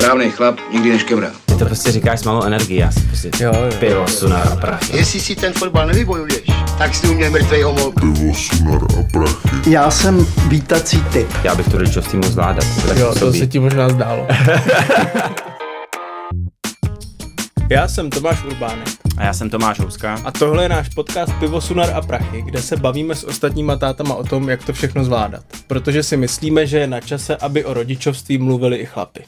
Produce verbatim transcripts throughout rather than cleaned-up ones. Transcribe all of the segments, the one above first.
Správný chlap nikdy neškemrá. Ty to prostě říkáš s malou energií, já si prostě jo, jo. pivo, sunar a prachy. Jestli si ten fotbal nevybojuješ, tak si u mě mrtvej homol. Pivo, sunar a prachy. Já jsem vítací typ. Já bych to rodičovství mohl zvládat. To jo, to se ti možná zdálo. Já jsem Tomáš Urbánek. A já jsem Tomáš Houska. A tohle je náš podcast Pivo, sunar a prachy, kde se bavíme s ostatníma tátama o tom, jak to všechno zvládat. Protože si myslíme, že je na čase, aby o rodičovství mluvili i chlapi.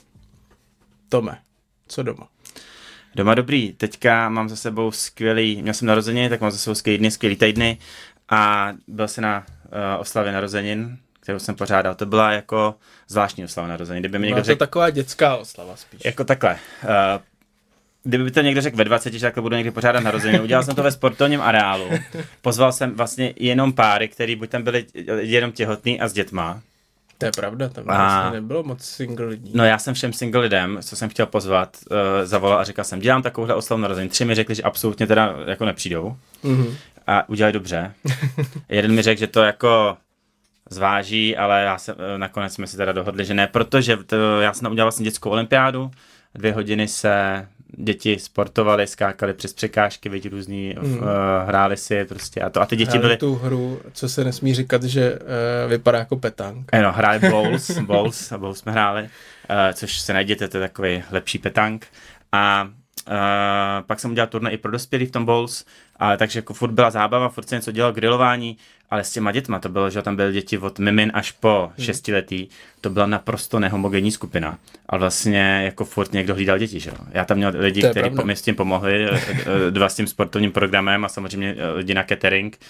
Tome, co doma? Doma dobrý. Teďka mám za sebou skvělý, měl jsem narozeniny, tak mám za sebou skvělý dny, skvělý týdny a byl jsem na uh, oslavě narozenin, kterou jsem pořádal. To byla jako zvláštní oslava narozenin. Kdyby mi někdo byla to řek, taková dětská oslava spíš. Jako takhle. Uh, Kdyby by to někdo řekl ve dvaceti, že takhle budu někdy pořádat narozeniny. Udělal jsem to ve sportovním areálu. Pozval jsem vlastně jenom páry, který buď tam byli jenom těhotný a s dětma. To je pravda, tam vlastně nebylo moc single lidí. No já jsem všem single lidem, co jsem chtěl pozvat, uh, zavolal a říkal jsem, dělám takovouhle oslavu narozenin. Tři mi řekli, že absolutně teda jako nepřijdou. Mm-hmm. A udělali dobře. Jeden mi řekl, že to jako zváží, ale já jsem, uh, nakonec jsme si teda dohodli, že ne, protože to, já jsem udělal vlastně dětskou olympiádu. Dvě hodiny se děti sportovali, skákali přes překážky, vědí různý, mm. uh, hráli si prostě a to. A ty děti hráli byly... tu hru, co se nesmí říkat, že uh, vypadá jako petánk. Ano, hráli bowls, bowls, a bowls jsme hráli, uh, což se najděte, to je takový lepší petánk. A uh, pak jsem udělal turné i pro dospělí v tom bowls, ale takže jako furt byla zábava, furt se něco dělal, grilování, ale s těma dětma to bylo, že tam byly děti od mimin až po hmm. šestiletý, to byla naprosto nehomogenní skupina, ale vlastně jako furt někdo hlídal děti, že jo. Já tam měl lidi, kteří mi s tím pomohli, dva s tím sportovním programem a samozřejmě lidi na catering,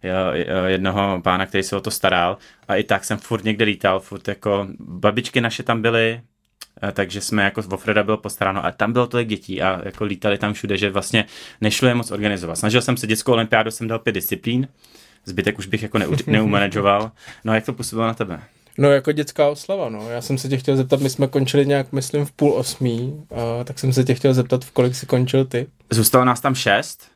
jednoho pána, který se o to staral a i tak jsem furt někde lítal, furt jako babičky naše tam byly, takže jsme jako o Freda bylo postaráno, ale tam bylo tolik dětí a jako lítali tam všude, že vlastně nešlo je moc organizovat. Snažil jsem se, dětskou olympiádu jsem dal pět disciplín, zbytek už bych jako neu- neumanageoval. No a jak to působilo na tebe? No jako dětská oslava, no. Já jsem se tě chtěl zeptat, my jsme končili nějak, myslím, v půl osmí, a tak jsem se tě chtěl zeptat, v kolik jsi končil ty? Zůstalo nás tam šest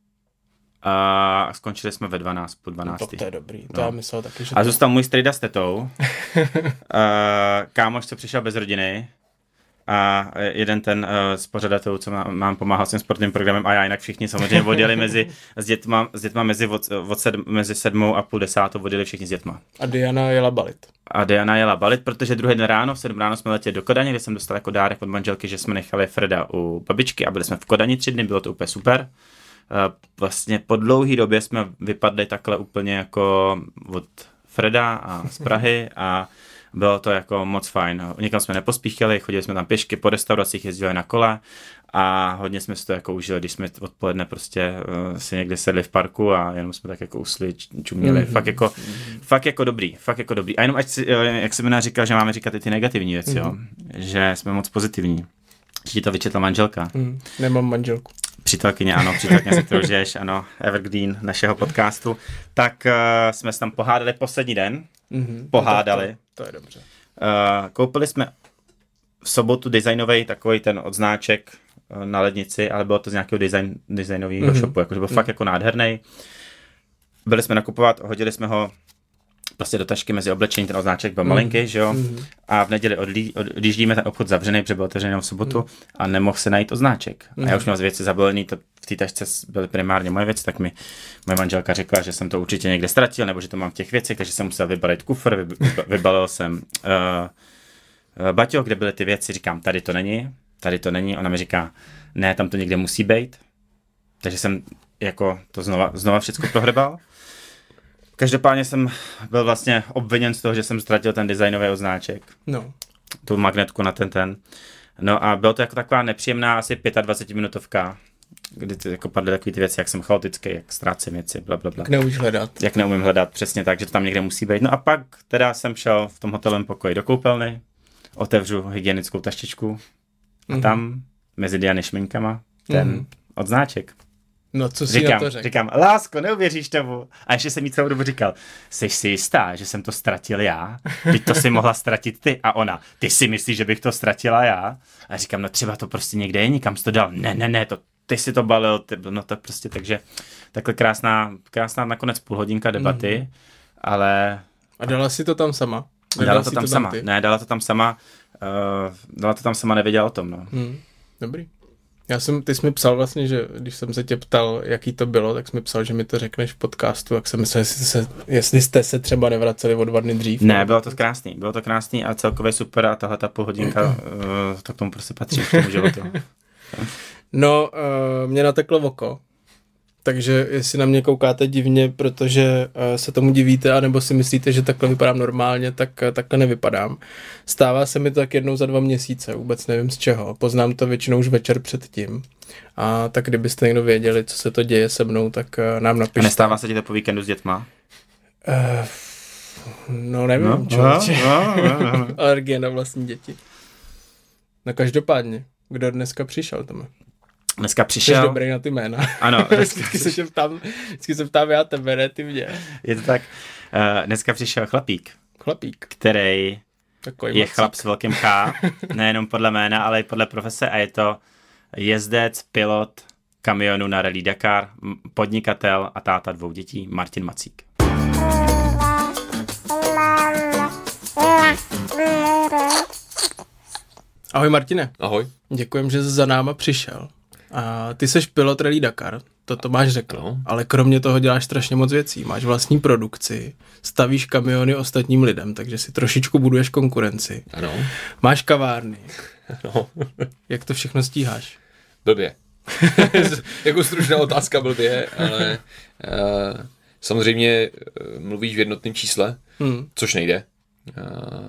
a skončili jsme ve dvanáct, půl dvanácti. No, to je dobrý, to no. já myslel taky, že... A zůstal můj strejda s tetou, kámoš, co přišel bez rodiny, a jeden ten uh, z pořadatelů, co má, mám pomáhal s tím sportovním programem a já, jinak všichni samozřejmě odjeli mezi, s dětma, s dětma mezi, od, od sedm, mezi sedmou a půl desátou odjeli všichni s dětma. A Diana jela balit. A Diana jela balit, protože druhý den ráno, v sedm ráno jsme letěli do Kodaně, kde jsem dostal jako dárek od manželky, že jsme nechali Freda u babičky a byli jsme v Kodani tři dny, bylo to úplně super. Uh, vlastně po dlouhý době jsme vypadli takhle úplně jako od Freda a z Prahy a bylo to jako moc fajn. Nikam jsme nepospíchali, chodili jsme tam pěšky, po restauracích jezdili na kole a hodně jsme si to jako užili, když jsme odpoledne prostě uh, si někde sedli v parku a jenom jsme tak jako usli, čuměli. Mm-hmm. Fakt jako, fakt jako dobrý, fakt jako dobrý. A jenom ať si, jak jsem mi říkal, že máme říkat i ty negativní věci, mm-hmm. jo, že jsme moc pozitivní. Ti to vyčetla manželka. Mm, nemám manželku. Přítelkyně, ano, přítelkyně, se kterou žiješ, ano, evergreen našeho podcastu. Tak uh, jsme se tam pohádali poslední den. Mm-hmm. Pohádali. To, to je dobře. Uh, koupili jsme v sobotu designový takový ten odznáček uh, na lednici, ale bylo to z nějakého design, designového mm-hmm. shopu, jakože byl mm-hmm. fakt jako nádherný. Byli jsme nakupovat, hodili jsme ho prostě do tašky mezi oblečení, ten odznáček byl mm. malinký, že jo, mm. a v neděli odlí, odjíždíme ten obchod zavřený, protože byl otevřený v sobotu mm. a nemohl se najít odznáček. Mm. A já už měl z věci zabalený, to v té tašce byly primárně moje věci, tak mi moje manželka řekla, že jsem to určitě někde ztratil, nebo že to mám v těch věcech, takže jsem musel vybalit kufr, vy, vybalil jsem uh, baťoch, kde byly ty věci, říkám, tady to není, tady to není, ona mi říká, ne, tam to někde musí být, takže jsem jako to znova, znova všechno prohrebal. Každopádně jsem byl vlastně obviněn z toho, že jsem ztratil ten designový odznáček. No. Tu magnetku na ten ten. No a bylo to jako taková nepříjemná asi dvacetipětiminutovka, kdy ty, jako padly takové ty věci, jak jsem chaotický, jak ztrácím věci, blablabla. Jak neumíš hledat. Jak neumím hledat, přesně tak, že to tam někde musí být. No a pak teda jsem šel v tom hotelovém pokoji do koupelny, otevřu hygienickou taštičku a mm-hmm. tam mezi Diany šminkama ten mm-hmm. odznáček. No, co si říkám, na to řekl? Říkám, lásko, neuvěříš tomu. A ještě jsem jí celou dobu říkal, jsi si jistá, že jsem to ztratil já? Teď to si mohla ztratit ty. A ona, ty si myslíš, že bych to ztratila já? A říkám, no třeba to prostě někde je, nikam jsi to dal. Ne, ne, ne, to, ty si to balil. Ty, no to prostě, takže takhle krásná, krásná nakonec půl hodinka debaty, mm. ale... A dala si to tam sama? Dala to tam to sama. Ty? Ne, dala to tam sama. no to tam sama nevěděla o tom, no. Hmm. Dobrý. Já jsem, ty jsi mi psal vlastně, že když jsem se tě ptal, jaký to bylo, tak jsi mi psal, že mi to řekneš v podcastu, jak jsem myslel, jestli, se, jestli jste se třeba nevraceli o dva dny dřív. Ne, bylo to krásný, bylo to krásný a celkově super a tahle ta půl hodinka, uh, to k tomu prostě patří, k tomu životu. No, uh, mě nateklo oko, takže jestli na mě koukáte divně, protože uh, se tomu divíte, anebo si myslíte, že takhle vypadám normálně, tak uh, takhle nevypadám. Stává se mi to tak jednou za dva měsíce, vůbec nevím z čeho. Poznám to většinou už večer předtím. A tak kdybyste někdo věděli, co se to děje se mnou, tak uh, nám napište. A nestává se ti to po víkendu s dětma? Uh, no nevím, no, člověče. No, no, no, no. Alergie na vlastní děti. No každopádně, kdo dneska přišel, Tome? Dneska Jsi přišel... dobrý na ty jména. Ano. vždycky, se tě ptám, vždycky se ptám já tebe, ne ty mě. Je to tak. Uh, dneska přišel chlapík, Chlapík. který Takový je macík. chlap s velkým K, nejenom podle jména, ale i podle profese a je to jezdec, pilot kamionu na Rally Dakar, podnikatel a táta dvou dětí, Martin Macík. Ahoj Martine. Ahoj. Děkujem, že jsi za náma přišel. A ty seš pilot Rally Dakar, to Tomáš řekl, No. ale kromě toho děláš strašně moc věcí. Máš vlastní produkci, stavíš kamiony ostatním lidem, takže si trošičku buduješ konkurenci. Ano. Máš kavárny. No. Jak to všechno stíháš? Blbě. Jako stručná otázka blbě, ale uh, samozřejmě uh, mluvíš v jednotném čísle, Hmm. což nejde. Uh,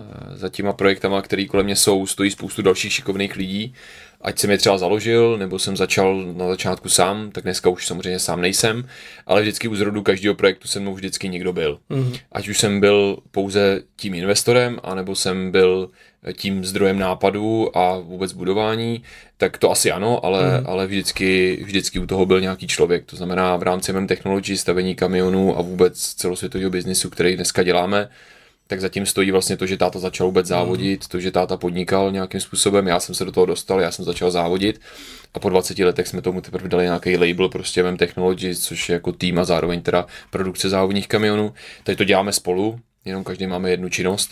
za těma projektama, které kolem mě jsou, stojí spoustu dalších šikovných lidí. Ať jsem je třeba založil, nebo jsem začal na začátku sám, tak dneska už samozřejmě sám nejsem, ale vždycky u zrodu každého projektu se mnou vždycky někdo byl. Mm. Ať už jsem byl pouze tím investorem, anebo jsem byl tím zdrojem nápadu a vůbec budování, tak to asi ano, ale, mm. ale vždycky, vždycky u toho byl nějaký člověk. To znamená v rámci M M Technology, stavení kamionů a vůbec celosvětového biznisu, který dneska děláme, tak zatím stojí vlastně to, že táta začal vůbec závodit, mm. to, že táta podnikal nějakým způsobem, já jsem se do toho dostal, já jsem začal závodit a po dvaceti letech jsme tomu teprve dali nějaký label, prostě M M Technology, což je jako tým a zároveň teda produkce závodních kamionů. Tady to děláme spolu, jenom každý máme jednu činnost.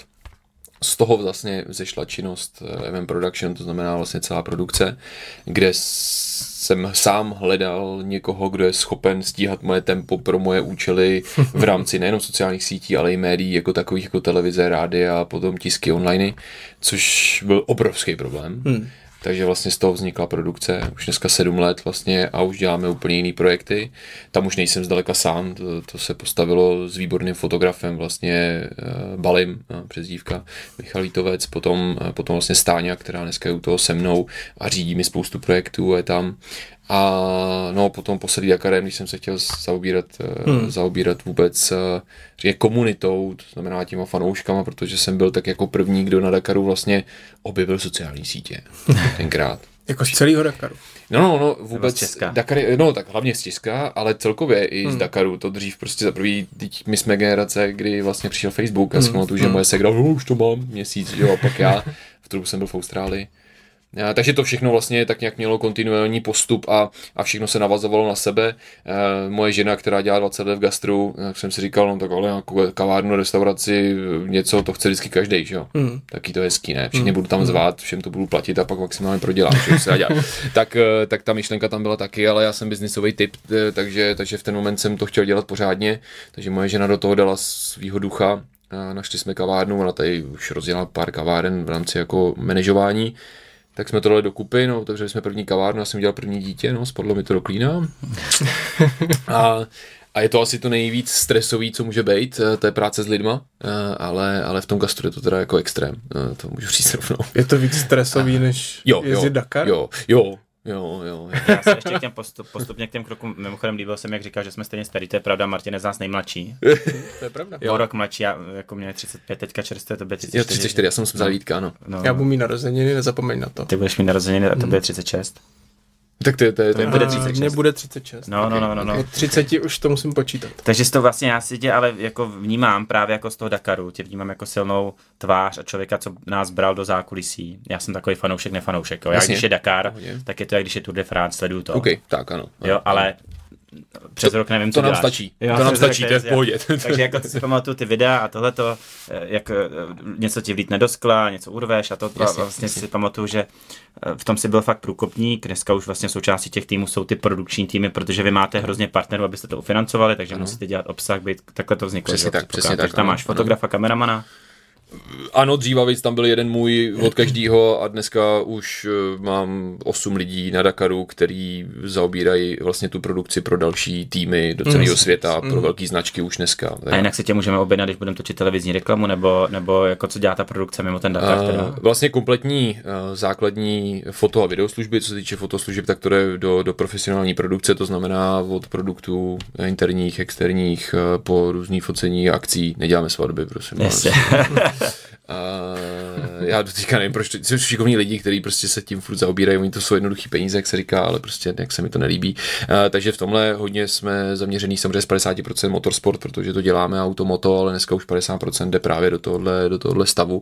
Z toho vlastně vzešla činnost M M Production, to znamená vlastně celá produkce, kde jsem sám hledal někoho, kdo je schopen stíhat moje tempo pro moje účely v rámci nejenom sociálních sítí, ale i médií jako takových jako televize, rádia a potom tisky online, což byl obrovský problém. Hmm. Takže vlastně z toho vznikla produkce, už dneska sedm let vlastně a už děláme úplně jiný projekty. Tam už nejsem zdaleka sám, to, to se postavilo s výborným fotografem vlastně uh, Balim, uh, přezdívka Michal Vítovec, potom, uh, potom vlastně Stáňa, která dneska je u toho se mnou a řídí mi spoustu projektů a je tam. A no potom po Rally Dakarem, když jsem se chtěl zaobírat, hmm. zaobírat vůbec je komunitou, to znamená těma fanouškama, protože jsem byl tak jako první, kdo na Dakaru vlastně objevil sociální sítě tenkrát. Jako z celého Dakaru. No, no, no, vůbec z Česka. Dakar, no, tak hlavně z Česka, ale celkově i hmm. z Dakaru, to dřív prostě za prvý, teď my jsme generace, kdy vlastně přišel Facebook a hmm. schválil, že hmm. moje segra, no, už to mám měsíc, jo, a pak já, v tu dobu jsem byl v Austrálii. A, takže to všechno vlastně tak nějak mělo kontinuální postup a, a všechno se navazovalo na sebe. E, moje žena, která dělá dvacet let v gastru, tak jsem si říkal, no tak ale nějakou kavárnu, restauraci, něco, to chce vždycky každej, že jo. Mm. Taky to je hezký, ne? Všichni mm. budu tam zvát, všem to budu platit a pak maximálně prodělám, že se dá dělat. tak, tak ta myšlenka tam byla taky, ale já jsem biznisový typ, takže, takže v ten moment jsem to chtěl dělat pořádně, takže moje žena do toho dala svýho ducha. A našli jsme kavárnu, ona tady už rozdělala pár kaváren v rámci jako manažování. Tak jsme to dali dokupy, no, otevřeli jsme první kavárnu, já jsem dělal první dítě, no, spadlo mi to do klína. A, a je to asi to nejvíc stresový, co může být, to je práce s lidma, ale, ale v tom gastru je to teda jako extrém, to můžu říct rovnou. Je to víc stresový, než jo, jezdit Dakar? Jo, jo. Jo, jo, jo. Já se ještě k těm postup, postupně k těm krokům, mimochodem líbil jsem, jak říkal, že jsme stejně starý, to je pravda, Martin je z nás nejmladší. To je pravda. O rok mladší, já, jako mě je třicet pět, teďka čerstvě, to bude třicet čtyři. Jo, třicet čtyři, já jsem musel Vítka, ano. No. Já budu mít narozeniny, nezapomeň na to. Ty budeš mít narozeniny a to bude třicet šest. Tak to je, to je, to je, bude třicet šest. Mně bude třicet šest. No, no, no, no, no. Od třiceti už to musím počítat. Takže to vlastně já si tě ale jako vnímám právě jako z toho Dakaru, tě vnímám jako silnou tvář a člověka, co nás bral do zákulisí. Já jsem takový fanoušek, nefanoušek. Jo. Já Jasně. když je Dakar, Pohodě. tak je to jak když je Tour de France, sleduju to. OK, tak ano. Jo, ale přes to, rok nevím, to co nám děláš. stačí. Jo, to nám přes stačí, rok to je v já- pohodě. Takže jako ty si pamatuju ty videa a tohleto, jak eh, něco ti vlítne do skla, něco urveš a to Jasně, vlastně jasně. si pamatuju, že eh, v tom si byl fakt průkopník, dneska už vlastně součástí těch týmů jsou ty produkční týmy, protože vy máte hrozně partnerů, abyste to ufinancovali, takže musíte dělat obsah, být, takhle to vzniklo. Přesně že? tak, Předpokládám. přesně tak, Takže tam ano, máš ano. fotografa, kameramana. Ano, dříva víc tam byl jeden můj od každého a dneska už eh, mám osm lidí na Dakaru, který zaobírají vlastně tu produkci pro další týmy do celého světa, pro velké značky už dneska. A jinak se tě můžeme objednat, když budeme točit televizní reklamu, nebo, nebo jako co dělá ta produkce mimo ten Dakar? Uh, Teda? vlastně kompletní uh, základní foto- a videoslužby, co se týče fotoslužeb, tak to jde do, do profesionální produkce, to znamená od produktů interních, externích, uh, po různý focení akcí, neděláme svatby, prosím. Jasně. Uh, já do teďka nevím, proč to jsou šikovní lidi, kteří prostě se tím furt zaobírají, oni to jsou jednoduchý peníze, jak se říká, ale prostě jak se mi to nelíbí. Uh, takže v tomhle hodně jsme zaměřený samozřejmě z padesát procent motorsport, protože to děláme automoto, ale dneska už padesát procent jde právě do tohohle, do tohohle stavu.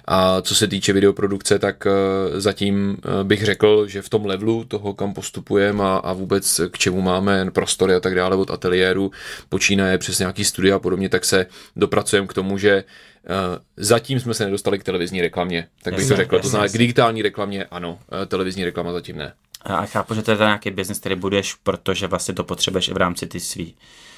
A co se týče videoprodukce, tak uh, zatím uh, bych řekl, že v tom levelu toho, kam postupujeme a, a vůbec k čemu máme prostory a tak dále od ateliéru, počínaje přes nějaký studia a podobně, tak se dopracujeme k tomu, že Uh, zatím jsme se nedostali k televizní reklamě, tak bych Jasně, to řekl. jasně, To znamená, jasně. k digitální reklamě ano, uh, televizní reklama zatím ne. A chápu, že to je teda nějaký biznis, který budeš, protože vlastně to potřebuješ i v rámci ty svý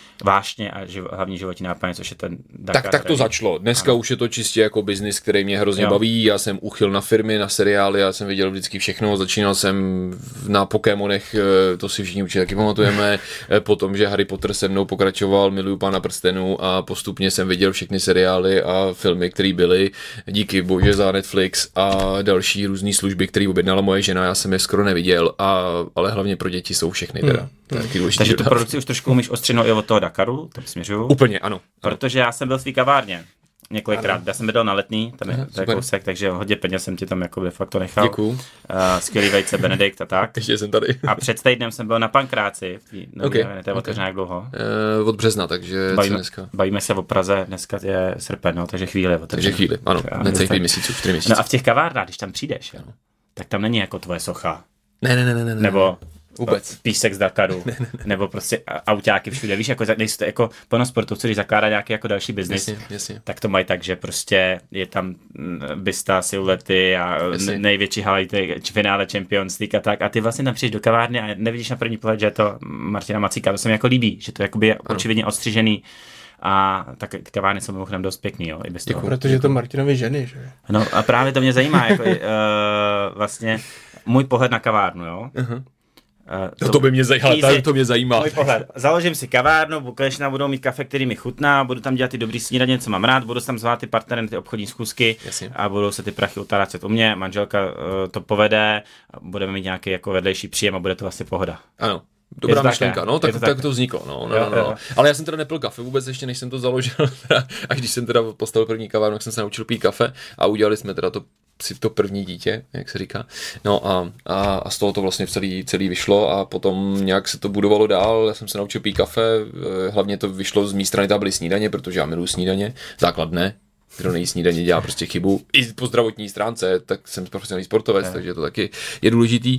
vášně a živ, hlavní životní náplně, což je ten Dakar. Tak, tak to Rally. začalo. Dneska ano. Už je to čistě jako biznis, který mě hrozně Jo. baví. Já jsem uchyl na firmy, na seriály, já jsem viděl vždycky všechno. Začínal jsem na Pokémonech, eh, to si všichni určitě taky pamatujeme. Eh, Potom, že Harry Potter se mnou pokračoval, miluju Pána prstenů a postupně jsem viděl všechny seriály a filmy, které byly. Díky bože za Netflix a další různé služby, které objednala moje žena. Já jsem je skoro neviděl, a, ale hlavně pro děti jsou všechny teda. To je taky důležitý Takže tu dodat. produkci už trošku umíš ostřinou i od toho Dakaru, tam směřuju. Úplně, ano. Protože já jsem byl v tvý kavárně několikrát. Já jsem bydlel na Letný, tam je, Aha, to je super. kousek, takže hodně peněz jsem ti tam jako de facto nechal. Děkuju. Uh, skvělý vejce Benedikt a tak. Ještě jsem tady. A před týdnem jsem byl na Pankráci, v tý nový Okay, okay, to je otevřená jak dlouho. Eh, od března, takže co Bavíme, dneska. bavíme se o Praze, dneska je srpen, no, takže chvíli. Takže otevřená. chvíli, ano, Já necelých tak- měsíců, čtyři měsíce. No a v těch kavárnách, když tam přijdeš, jo, tak tam není jako tvoje socha, Ne, ne, ne, ne, ne. nebo Vůbec. písek z Dakaru, ne, ne, ne. nebo prostě autáky všude, víš, jako, nejsou to jako plno sportovců, když zakládá nějaký jako další biznis, Jasně, jasně. tak to mají tak, že prostě je tam mm, Bista, Silhouety a Jasně. n- největší highlight finále Champions League a tak, a ty vlastně tam přijdeš do kavárny a nevidíš na první pohled, že je to Martina Macíka, to se mi jako líbí, že to jakoby je očividně odstřižený. A tak ty kavárny jsou mimochodem dost pěkný, jo, i bez toho. Protože to Martinovi ženy, že? No a právě to mě zajímá, jako uh, vlastně můj pohled na kavárnu, jo. Uh-huh. To, to by mě zajímalo, easy. to, to mě zajímá. Můj pohled. Založím si kavárnu, konečně budou mít kafe, který mi chutná, budu tam dělat ty dobrý snídaně, co mám rád, budu tam zvát ty partnery na ty obchodní schůzky. Jasně. A budou se ty prachy utárat u mě, manželka uh, to povede, budeme mít nějaký jako vedlejší příjem a bude to asi pohoda. Ano. Je Dobrá to myšlenka, také, no, tak je to tak také. to vzniklo, no, no, Jo, no, no. jo. Ale já jsem teda nepil kafe vůbec ještě, než jsem to založil, teda, až když jsem teda postavil první kavárnu, tak jsem se naučil pít kafe a udělali jsme teda to si to první dítě, jak se říká. No a, a, a z toho to vlastně celý, celý vyšlo a potom nějak se to budovalo dál, já jsem se naučil pít kafe, hlavně to vyšlo z mé strany, tam byly snídaně, protože já miluji snídaně, základ ne, kdo nejí snídaně dělá prostě chybu. I po zdravotní stránce, tak jsem profesionální sportovec, ne. Takže to taky je důležitý.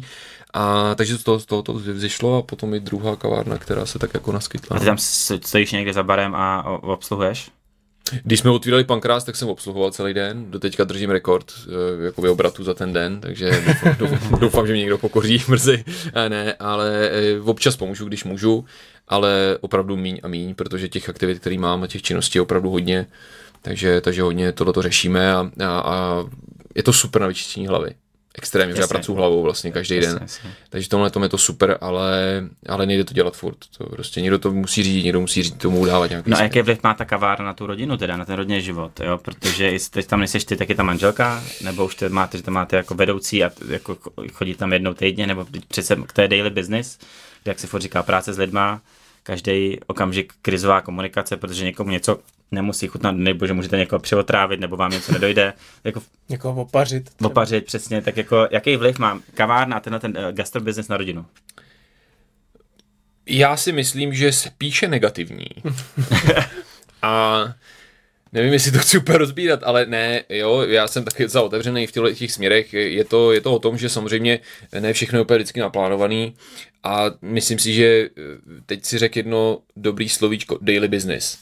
A takže z toho, z toho to vzešlo a potom i druhá kavárna, která se tak jako naskytla. A ty tam stojíš někde za barem a obsluhuješ? Když jsme otvírali Pankrás, tak jsem obsluhoval celý den. Doteďka držím rekord jakoby obratu za ten den, takže doufám, doufám, doufám že mě někdo pokoří brzy. Ne, ale občas pomůžu, když můžu, ale opravdu míň a míň, protože těch aktivit, které mám a těch činností je opravdu hodně. Takže, takže hodně tohleto řešíme a, a, a je to super na vyčištění hlavy. Extrémně, já pracuji hlavou vlastně každý jasně, den. Jasně. Takže tomhle tom je to super, ale, ale nejde to dělat furt. To prostě někdo to musí řídit, někdo musí řídit tomu dávat nějaký No a směr. jaký vliv má ta kavárna na tu rodinu, teda na ten rodinný život, jo? Protože jestli teď tam nejseš ty, tak je ta manželka, nebo už te máte, že tam máte jako vedoucí a t- jako chodí tam jednou týdně, nebo přece to je daily business, jak se furt říká, práce s lidma, každý okamžik krizová komunikace, protože někomu něco nemusí chutnat, nebo že můžete někoho přiotrávit, nebo vám něco nedojde, jako Někoho opařit. třeba. opařit přesně, tak jako jaký vliv má kavárna a tenhle ten uh, gastrobusiness na rodinu? Já si myslím, že spíše negativní. A nevím, jestli to chci úplně rozbírat, ale ne, jo, já jsem taky za otevřený v těchto těch směrech. Je to, je to o tom, že samozřejmě ne všechno je úplně vždycky naplánovaný a myslím si, že teď si řekl jedno dobrý slovíčko, daily business.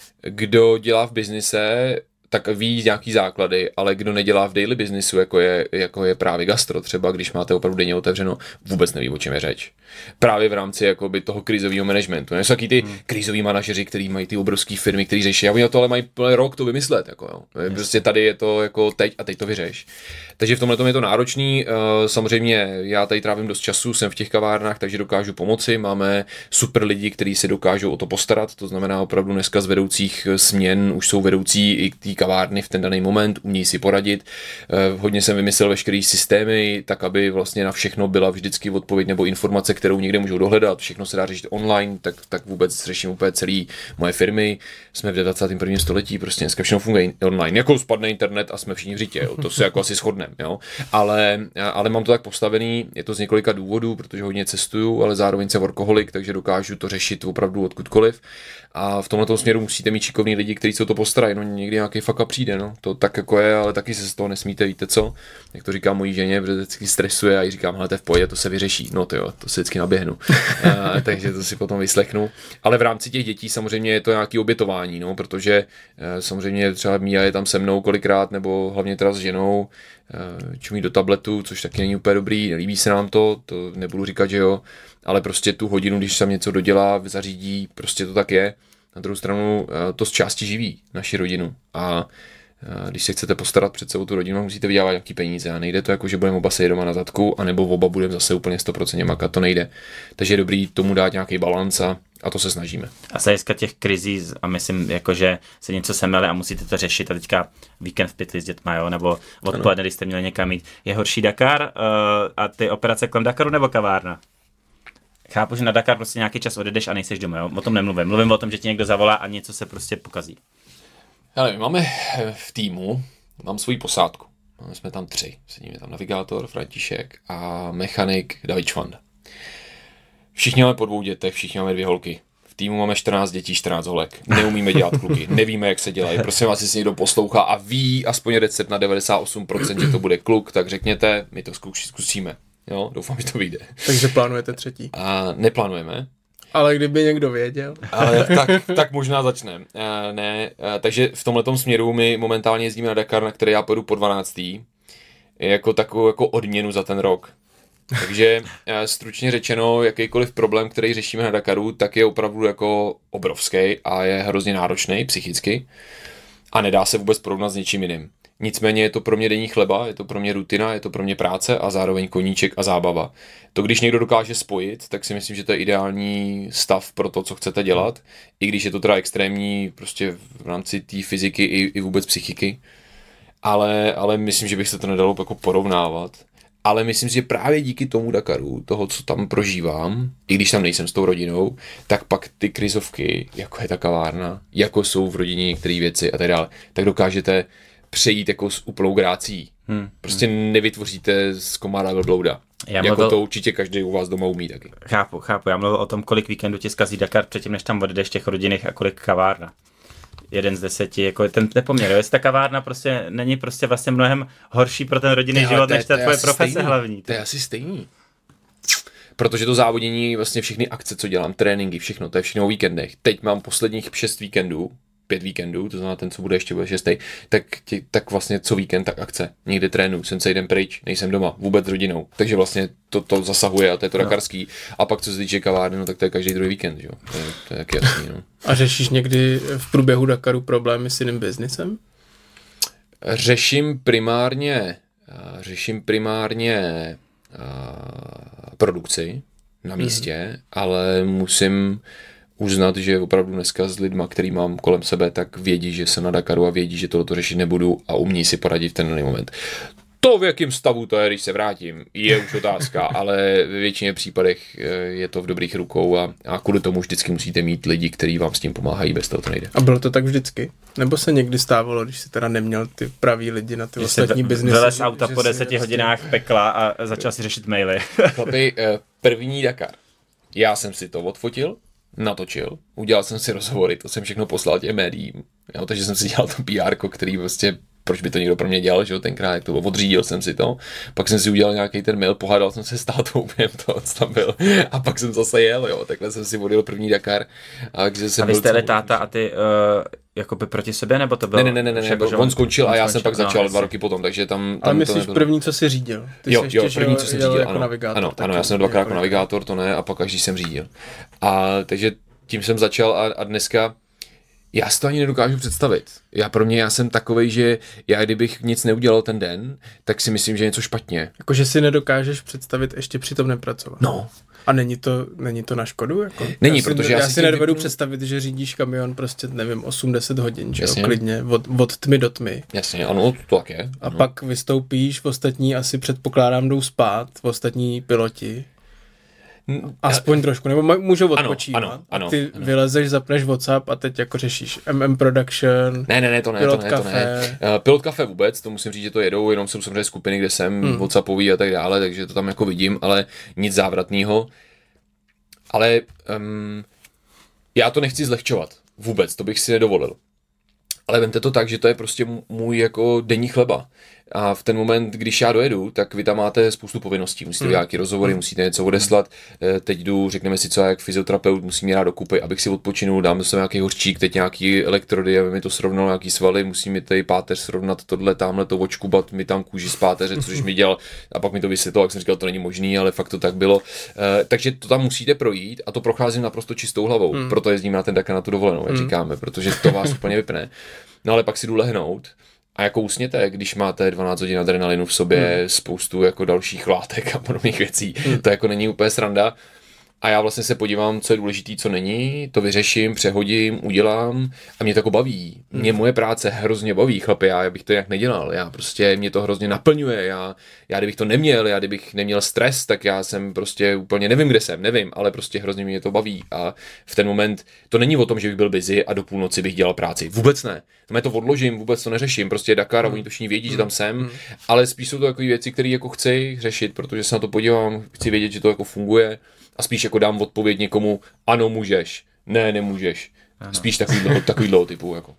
Kdo dělá v biznise, tak ví nějaký základy, ale kdo nedělá v daily businessu, jako je, jako je právě gastro třeba, když máte opravdu denně otevřeno, vůbec neví, o čem je řeč. Právě v rámci jakoby, toho krizového managementu. Nejsou taky ty hmm. krizoví manažeři, kteří mají ty obrovské firmy, kteří řeší, a oni na to ale mají plný rok to vymyslet. Jako, jo. Yes. Prostě tady je to jako teď a teď to vyřeš. Takže v tomhle tom je to náročný. Samozřejmě já tady trávím dost času, jsem v těch kavárnách, takže dokážu pomoci. Máme super lidi, kteří se dokážou o to postarat. To znamená opravdu dneska z vedoucích směn už jsou vedoucí i té kavárny v ten daný moment, umějí si poradit. Hodně jsem vymyslel veškerý systémy, tak aby vlastně na všechno byla vždycky odpověď nebo informace, kterou někde můžou dohledat. Všechno se dá řešit online, tak, tak vůbec řeším úplně celý moje firmy. Jsme v dvacátém prvním století, prostě dneska všechno funguje online. Jako spadne internet a jsme všichni v řitě, jo. To se jako asi shodneme, jo. Ale, ale mám to tak postavený, je to z několika důvodů, protože hodně cestuju, ale zároveň jsem workoholik, takže dokážu to řešit opravdu odkudkoliv. A v tomto směru musíte mít šikovní lidi, kteří se o to postarají. No někdy nějaký fuck up přijde, no. To tak jako je, ale taky se z toho nesmíte, víte co? Jak to říkám mojí ženě, protože vždycky stresuje a jí říkám, hele, to je v pohodě, to se vyřeší. No to jo, to se vždycky naběhnu. a, takže to si potom vyslechnu. Ale v rámci těch dětí samozřejmě je to nějaký obětování, no, protože samozřejmě třeba Mia je tam se mnou kolikrát, nebo hlavně teda s ženou, čumí do tabletu, což taky není úplně dobrý, nelíbí se nám to, to nebudu říkat, že jo, ale prostě tu hodinu, když se něco dodělá, zařídí, prostě to tak je. Na druhou stranu to z části živí naši rodinu a když se chcete postarat před celou tu rodinu, musíte vydělávat nějaký peníze a nejde to jako, že budeme oba sedět doma na zadku, anebo oba budeme zase úplně sto procent makat, to nejde. Takže je dobrý tomu dát nějaký balans a, a to se snažíme. A z hlediska těch krizí a myslím, jako, že se něco semele a musíte to řešit a teďka víkend v pytli s dětma, jo, nebo odpoledne, když jste měli někam jít. Je horší Dakar uh, a ty operace kolem Dakaru nebo kavárna? Chápu, že na Dakar prostě nějaký čas odjedeš a nejseš doma, jo? O tom nemluvím. Mluvím o tom, že ti někdo zavolá a něco se prostě pokazí. Hele, my máme v týmu, mám svoji posádku. Máme jsme tam tři. Sedíme tam navigátor, František a mechanik David Švanda. Všichni máme po dvou dětech, všichni máme dvě holky. V týmu máme čtrnáct dětí, čtrnáct holek. Neumíme dělat kluky, nevíme, jak se dělají. Prosím vás, jestli někdo poslouchá a ví aspoň recept na devadesát osm procent, že to bude kluk, tak řekněte, my to zkusíme. Jo, doufám, že to vyjde. Takže plánujete třetí? A neplánujeme. Ale kdyby někdo věděl. Ale tak, tak možná začneme. Uh, ne, uh, takže v tomhletom směru my momentálně jezdíme na Dakar, na který já pojedu po dvanáctý jako takovou jako odměnu za ten rok. Takže uh, stručně řečeno, jakýkoliv problém, který řešíme na Dakaru, tak je opravdu jako obrovský a je hrozně náročný psychicky a nedá se vůbec porovnat s něčím jiným. Nicméně je to pro mě denní chleba, je to pro mě rutina, je to pro mě práce a zároveň koníček a zábava. To, když někdo dokáže spojit, tak si myslím, že to je ideální stav pro to, co chcete dělat, i když je to teda extrémní prostě v rámci té fyziky i, i vůbec psychiky. Ale, ale myslím, že bych se to nedalo jako porovnávat. Ale myslím si, že právě díky tomu Dakaru, toho, co tam prožívám, i když tam nejsem s tou rodinou, tak pak ty krizovky, jako je ta kavárna, jako jsou v rodině některé věci a tak dále, tak dokážete přejít jako s úplnou grácí. Hmm. Prostě nevytvoříte z komára velblouda. Já jako mluvil... to určitě každý u vás doma umí taky. Chápu, chápu. Já mluvil o tom, kolik víkendů ti zkazí Dakar předtím, než tam odjedeš těch rodinných a kolik kavárna. Jeden z deseti, jako ten nepoměr. Jestli ta kavárna prostě není prostě vlastně mnohem horší pro ten rodinný ne, život, než ta tvoje profese stejný. hlavní. To je asi stejný. Protože to závodění, vlastně všechny akce, co dělám, tréninky, všechno, to je všechno o víkendech. Teď mám posledních šest víkendů, pět víkendů, to znamená ten, co bude ještě bude šestý, tak, tě, tak vlastně co víkend, tak akce. Někde trénu, jsem se jdem pryč, nejsem doma, vůbec s rodinou. Takže vlastně to, to zasahuje a to je to no. dakarský. A pak co se týče kavárny, no tak to je každý druhý víkend, jo. To je, to je taky jasný, no. A řešíš někdy v průběhu Dakaru problémy s jiným biznisem? Řeším primárně, řeším primárně uh, produkci na místě, hmm. ale musím uznat, že opravdu dneska s lidma, který mám kolem sebe, tak vědí, že jsem na Dakaru a vědí, že tohleto řešit nebudu a umí si poradit v ten daný moment. To, v jakém stavu to je, když se vrátím, je už otázka, ale ve většině případech je to v dobrých rukou a, a kvůli tomu vždycky musíte mít lidi, kteří vám s tím pomáhají, bez toho to nejde. A bylo to tak vždycky? Nebo se někdy stávalo, když jsi teda neměl ty pravý lidi na ty když ostatní biznesy? Vylez auta po deseti hodinách pekla a začal si řešit maily. Chlapi, první Dakar. Já jsem si to odfotil, natočil, udělal jsem si rozhovory, to jsem všechno poslal těm médiím. jo, takže jsem si dělal to P R ko, který prostě proč by to někdo pro mě dělal, že jo, tenkrát, jak to bylo, odřídil jsem si to, pak jsem si udělal nějaký ten mail, pohádal jsem se s tátou během toho, co tam byl, a pak jsem zase jel, jo, takhle jsem si odjel první Dakar. A, když jsem a vy byl jste jeli celou... táta a ty uh, jakoby proti sobě, nebo to bylo? Ne, ne, ne, ne, ne, jako, on skončil a já jsem pak no, začal dva roky potom, takže tam... tam Ale myslíš to první, co jsi řídil? Ty jo, jsi jo, ještě první, co jsem jel řídil, jako ano, navigátor, ano, taky ano, já jsem dvakrát jako jako navigátor, to ne, a pak až když jsem řídil. A takže tím jsem začal a, a dneska já si to ani nedokážu představit. Já pro mě, já jsem takovej, že já kdybych nic neudělal ten den, tak si myslím, že je něco špatně. Jakože si nedokážeš představit ještě přitom nepracovat. No. A není to, není to na škodu? Jako? Není, já si, protože já, já si si nedovedu vypnu... představit, že řídíš kamion prostě, nevím, osm deset hodin, že jo, Jasně. klidně, od, od tmy do tmy. Jasně, ano, to tak je. A ano. pak vystoupíš, v ostatní asi předpokládám jdou spát, v ostatní piloti. Aspoň trošku, nebo můžou odpočívat. Ano, ano, a ty ano. vylezeš, zapneš WhatsApp a teď jako řešíš M M Production. Ne, ne, ne, to ne, Pilot to ne, to Café. ne. Uh, Pilot Café vůbec, to musím říct, že to jedou, jenom jsou samozřejmě skupiny, kde jsem, hmm. WhatsAppový a tak dále, takže to tam jako vidím, ale nic závratného. Ale um, já to nechci zlehčovat, vůbec, to bych si nedovolil. Ale vemte to tak, že to je prostě můj jako denní chleba. A v ten moment, když já dojedu, tak vy tam máte spoustu povinností. Musíte dělat nějaké rozhovory, musíte něco odeslat. Teď jdu, řekneme si co, jak fyzioterapeut, musím jít rád dokupy, abych si odpočinul, dám do sebe nějaký hořčík, teď nějaký elektrody, aby mi to srovnalo, nějaký svaly, musím mi tady páteř srovnat tohle, tamhle to očkubat, mi tam kůži z páteře, což mi dělal, a pak mi to vysvětlilo, jak jsem říkal, to není možný, ale fakt to tak bylo. Takže to tam musíte projít a to procházím naprosto čistou hlavou. Hmm. Proto jezdím na ten Dakar na tu dovolenou, jak hmm. říkáme, protože to vás úplně vypne. No ale pak si jdu lehnout a jako usněte, když máte dvanáct hodin adrenalinu v sobě, hmm. spoustu jako dalších látek a podobných věcí. Hmm. To jako není úplně sranda. A já vlastně se podívám, co je důležitý, co není, to vyřeším, přehodím, udělám a mě to jako baví. Mě moje práce hrozně baví, chlapi, já, já bych to nějak nedělal, já prostě, mě to hrozně naplňuje, já, já kdybych to neměl, já kdybych neměl stres, tak já jsem prostě úplně, nevím, kde jsem, nevím, ale prostě hrozně mě to baví a v ten moment, to není o tom, že bych byl busy a do půlnoci bych dělal práci, vůbec ne. Já to odložím, vůbec to neřeším, prostě Dakar a oni to všichni vědí, že tam jsem, ale spíš jsou to takové věci, které jako chci řešit, protože se na to podívám, chci vědět, že to jako funguje. A spíš jako dám odpověď někomu, ano, můžeš, ne, nemůžeš. Ano. Spíš takový, takový dlouho typu. Jako.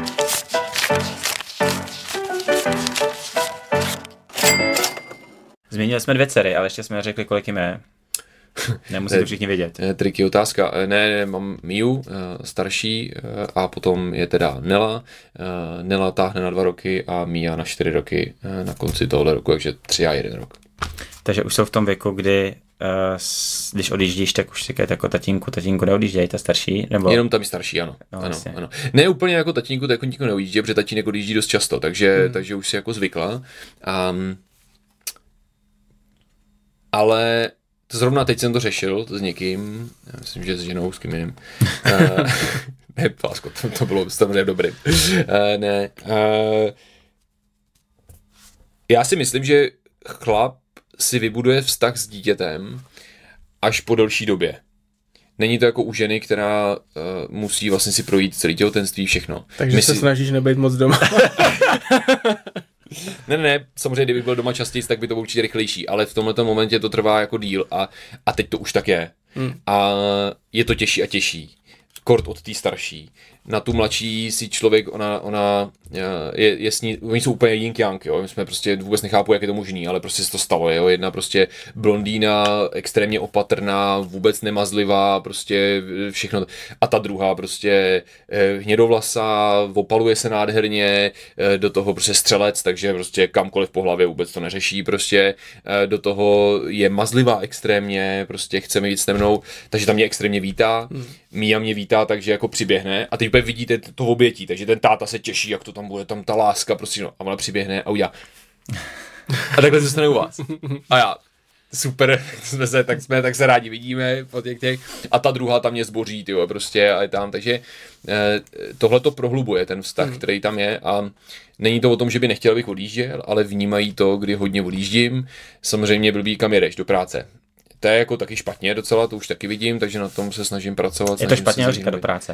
Zmínili jsme dvě dcery, ale ještě jsme neřekli, kolik jim je. Nemusí to všichni vědět. Triky otázka. Ne, ne, mám Miu, starší, a potom je teda Nela. Nela táhne na dva roky a Mia na čtyři roky na konci tohohle roku, takže tři a jeden rok. Takže už jsou v tom věku, kdy Uh, když odjíždíš, tak už říkají jako tatínku, tatínku neodjíždějí, ta starší, nebo... Jenom tam je starší, ano. No, ano, ano. Ne úplně jako tatínku, tak tatínku neodjíždí, protože tatínek odjíždí dost často, takže, hmm. takže už si jako zvykla. Um, ale zrovna teď jsem to řešil to s někým, já myslím, že s ženou, s kým jiným. uh, ne, Pásko, to, to bylo samozřejmě dobrý. Uh, ne. Uh, já si myslím, že chlap si vybuduje vztah s dítětem až po delší době. Není to jako u ženy, která uh, musí vlastně si projít celý těhotenství, všechno. Takže My se si... snažíš nebejt moc doma. ne, ne, ne, samozřejmě, kdybych byl doma častěji, tak by to bylo určitě rychlejší, ale v tomto momentě to trvá jako díl a, a teď to už tak je. Hmm. A je to těžší a těžší. Kort od té starší. Na tu mladší si člověk, ona, ona je, je s ní, oni jsou úplně yin yang, jo, my jsme prostě vůbec nechápu, jak je to možný, ale prostě se to stalo, jo, jedna prostě blondýna, extrémně opatrná, vůbec nemazlivá, prostě všechno, a ta druhá prostě hnědovlasá, opaluje se nádherně, do toho prostě střelec, takže prostě kamkoliv po hlavě vůbec to neřeší, prostě do toho je mazlivá extrémně, prostě chce mi víc se mnou, takže tam mě extrémně vítá, hmm. Mia mě vítá, takže jako přiběhne a teď úplně vidíte to obětí, takže ten táta se těší, jak to tam bude, tam ta láska, prostě no, a ona přiběhne a udělá. A takhle zůstane u vás. A já, super, jsme se, tak jsme, tak se rádi vidíme po těch těch. A ta druhá tam mě zboří, tyjo, prostě a je tam, takže eh, tohle to prohlubuje ten vztah, mm. který tam je a není to o tom, že by nechtěl, abych odjížděl, ale vnímají to, kdy hodně odjíždím. Samozřejmě blbý, kam jedeš, do práce. To je jako taky špatně docela, to už taky vidím, takže na tom se snažím pracovat. Je to špatně říkat do práce?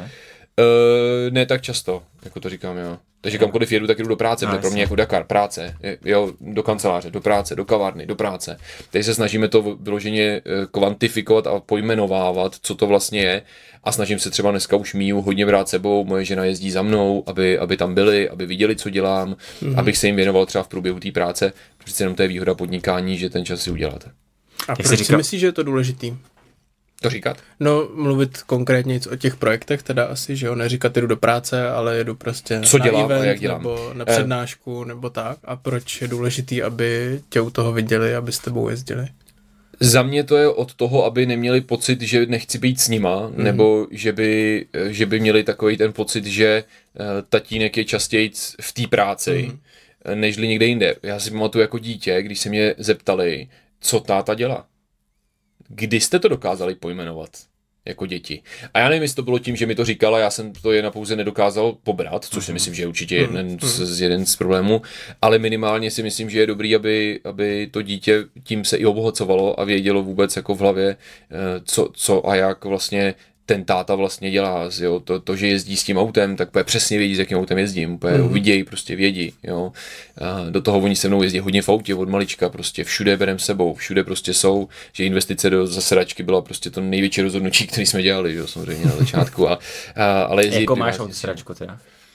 Uh, ne tak často, jako to říkám já. Takže kamkoliv jedu, tak jdu do práce, No, protože pro mě jako Dakar, práce, jo, do kanceláře, do práce, do kavárny, do práce. Teď se snažíme to vyloženě kvantifikovat a pojmenovávat, co to vlastně je. A snažím se třeba dneska už míju hodně brát sebou, moje žena jezdí za mnou, aby, aby tam byli, aby viděli, co dělám, mm-hmm. abych se jim věnoval třeba v průběhu té práce. Přece jenom to je výhoda podnikání, že ten čas si uděláte. A proč si říkal... myslíš, že je to důležitý? To říkat? No, mluvit konkrétně o těch projektech teda asi, že jo, neříkat jdu do práce, ale jedu prostě co na dělám event, a jak dělám. Nebo na přednášku, eh. nebo tak. A proč je důležitý, aby tě u toho viděli, aby s tebou jezdili? Za mě to je od toho, aby neměli pocit, že nechci být s nima, mm. nebo že by, že by měli takový ten pocit, že tatínek je častěji v té práci, mm. nežli někde jinde. Já si pamatuju jako dítě, když se mě zeptali, co táta dělá. Kdy jste to dokázali pojmenovat jako děti? A já nevím, jestli to bylo tím, že mi to říkala, já jsem to jen pouze nedokázal pobrat, což si myslím, že je určitě jeden z, z jeden z problémů, ale minimálně si myslím, že je dobrý, aby, aby to dítě tím se i obohacovalo a vědělo vůbec jako v hlavě, co, co a jak vlastně ten táta vlastně dělá, jo? To, to, že jezdí s tím autem, tak přesně vědí, s jakým autem jezdím, úplně mm. vidějí, prostě vědí, jo. A do toho oni se mnou jezdí hodně v autě od malička, prostě všude berem sebou, všude prostě jsou, že investice do zasedačky byla prostě to největší rozhodnutí, který jsme dělali, jo, samozřejmě na začátku, a, a, ale jezdí... Jako máš auto sedačku teda?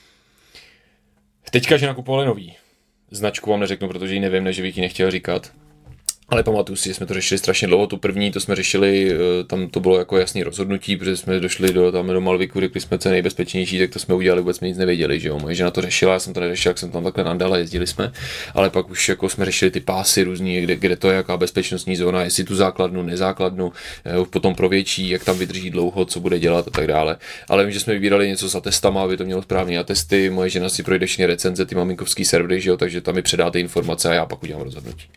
Teďka, že nakupovali nový. Značku vám neřeknu, protože ji nevím, než bych ji nechtěl říkat. Ale pamatuju si, že jsme to řešili strašně dlouho, tu první, to jsme řešili, tam to bylo jako jasný rozhodnutí, protože jsme došli do, tam do Malviku, řekli jsme, co je nejbezpečnější, tak to jsme udělali, vůbec jsme nic nevěděli, že jo. Moje žena to řešila, já jsem to neřešil, jak jsem tam takhle nadal a jezdili jsme, ale pak už jako jsme řešili ty pásy různý, kde, kde to je, jaká bezpečnostní zóna, jestli tu základnu, nezákladnu, potom pro větší, jak tam vydrží dlouho, co bude dělat a tak dále. Ale vím, že jsme vybírali něco s atestama, aby to mělo správné atesty, moje žena si projde všechny recenze, ty maminkovský servery, že jo, takže tam mi předáte informace a já pak udělám rozhodnutí.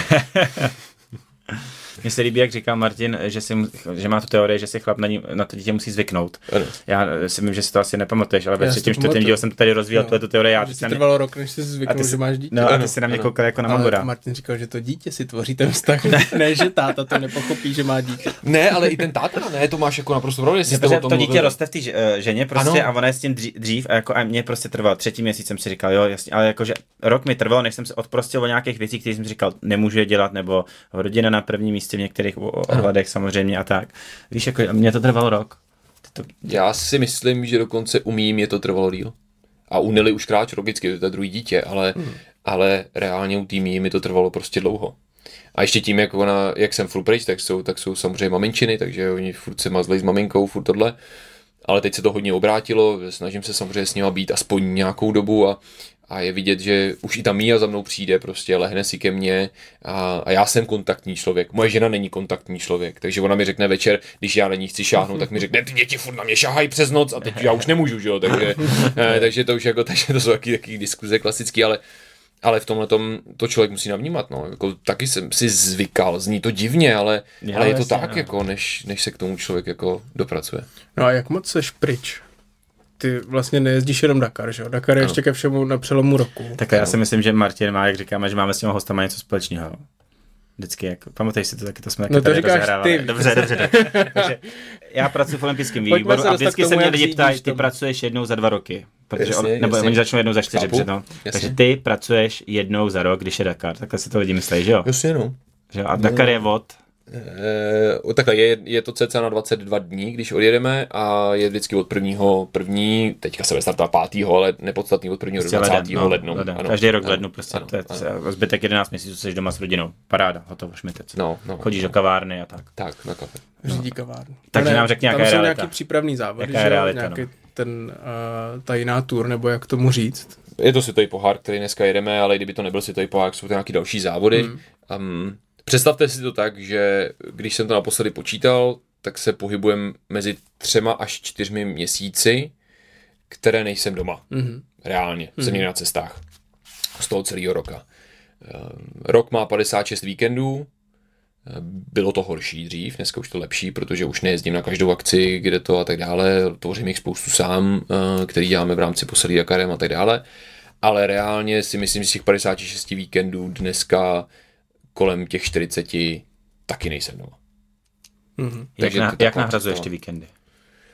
Mně se líbí, jak říká Martin, že, si, že má tu teorii, že si chlap na, ní, na to dítě musí zvyknout. Ano. Já si myslím, že si to asi nepamatuješ, ale ve třetím, čtvrtém dílu jsem to tady rozvíjel, no. tu teorii. Já, že ti trvalo rok, než jsi zvyknul, jsi, že máš dítě. No ano, a ty si na mě koukal jako na Mamura. Ale Martin říkal, že to dítě si tvoří ten vztah, ne, že táta to nepochopí, že má dítě. Ne, ale i ten táta, ne, to máš jako naprosto pravdu. To, to dítě roste v té ženě prostě ano. A ona je s tím dřív a, jako, a mě prostě trvalo. Třetí měsíc jsem si říkal, jo, jasně, ale jakože rok mi trvalo, než jsem se odprostil o nějakých věcí, které jsem si říkal, nemůžu je dělat, nebo rodina na prvním místě v některých ohledech samozřejmě a tak. Víš, jako mě to trvalo rok. To... Já si myslím, že dokonce umím, je to trvalo díl. A u Nily už kráč, logicky, to je druhý dítě, ale, hmm. ale reálně u týmí mi to trvalo prostě dlouho. A ještě tím, jak, ona, jak jsem furt pryč, tak jsou, tak jsou samozřejmě maminčiny, takže oni furt se mazlí s maminkou, furt tohle. Ale teď se to hodně obrátilo, snažím se samozřejmě s nima být aspoň nějakou dobu a A je vidět, že už i ta Mia za mnou přijde, prostě lehne si ke mně a, a já jsem kontaktní člověk. Moje žena není kontaktní člověk, takže ona mi řekne večer, když já na ní chci šáhnout, tak mi řekne, ty děti furt na mě šahají přes noc a teď já už nemůžu, že jo, takže, ne, takže to už jako, takže to jsou taky, taky diskuze klasické, ale ale v tomhle tom to člověk musí navnímat, no, jako taky jsem si zvykal, zní to divně, ale, já, ale je to jasně, tak, no. jako, než, než se k tomu člověk jako dopracuje. No a jak moc seš pryč? Ty vlastně nejezdíš jenom Dakar, že jo? Dakar je no. ještě ke všemu na přelomu roku. Tak já si myslím, že Martin má, jak říkáme, že máme s těma hostama něco společného. Vždycky, jako, pamatuješ si to taky, to jsme taky no to tady říkáš rozehrávali. ty. Dobře, dobře, dobře. Takže já pracuji v olympijském výboru a vždycky se mě lidi ptají, ty pracuješ jednou za dva roky. Protože jasně, on, nebo jasně. Oni začnou jednou za čtyři, před, no. Takže ty pracuješ jednou za rok, když je Dakar. Takhle si to lidi myslí, že jo? Jasně, no. Že? A Dakar je od... E, takhle, je, je to cca na dvacet dva dní, když odjedeme a je vždycky od prvního první, teďka se startuje pátého, ale nepodstatný od prvního prostě do dvacátého No, lednu. Ano, každý rok v lednu, ano, prostě ano, to je ano. zbytek jedenáct měsíců jsi doma s rodinou. Paráda, hotovo, šmitec. No, no, Chodíš no. do kavárny a tak. Tak, na kafe. Řídí kavárnu. Takže nám řekni, jaká je realita. Tam jsou nějaký přípravný závody, že realita, nějaký no. ten, uh, ta jiná tour, nebo jak tomu říct. Je to světový pohár, který dneska jedeme, ale kdyby to nebyl světový pohár, jsou to nějaký další závody. Hmm. Um, Představte si to tak, že když jsem to naposledy počítal, tak se pohybujeme mezi třema až čtyřmi měsíci, které nejsem doma. Mm-hmm. Reálně, mm-hmm. jsem někde na cestách. Z toho celého roka. Rok má padesát šest víkendů, bylo to horší dřív, dneska už to lepší, protože už nejezdím na každou akci, kde to a tak dále, tvořím jich spoustu sám, který děláme v rámci Poselí Dakarem a tak dále, ale reálně si myslím, že z těch padesát šest víkendů dneska kolem těch čtyřiceti taky nejsem doma. Mm-hmm. Takže jak, na, jak nahrazuješ ty víkendy?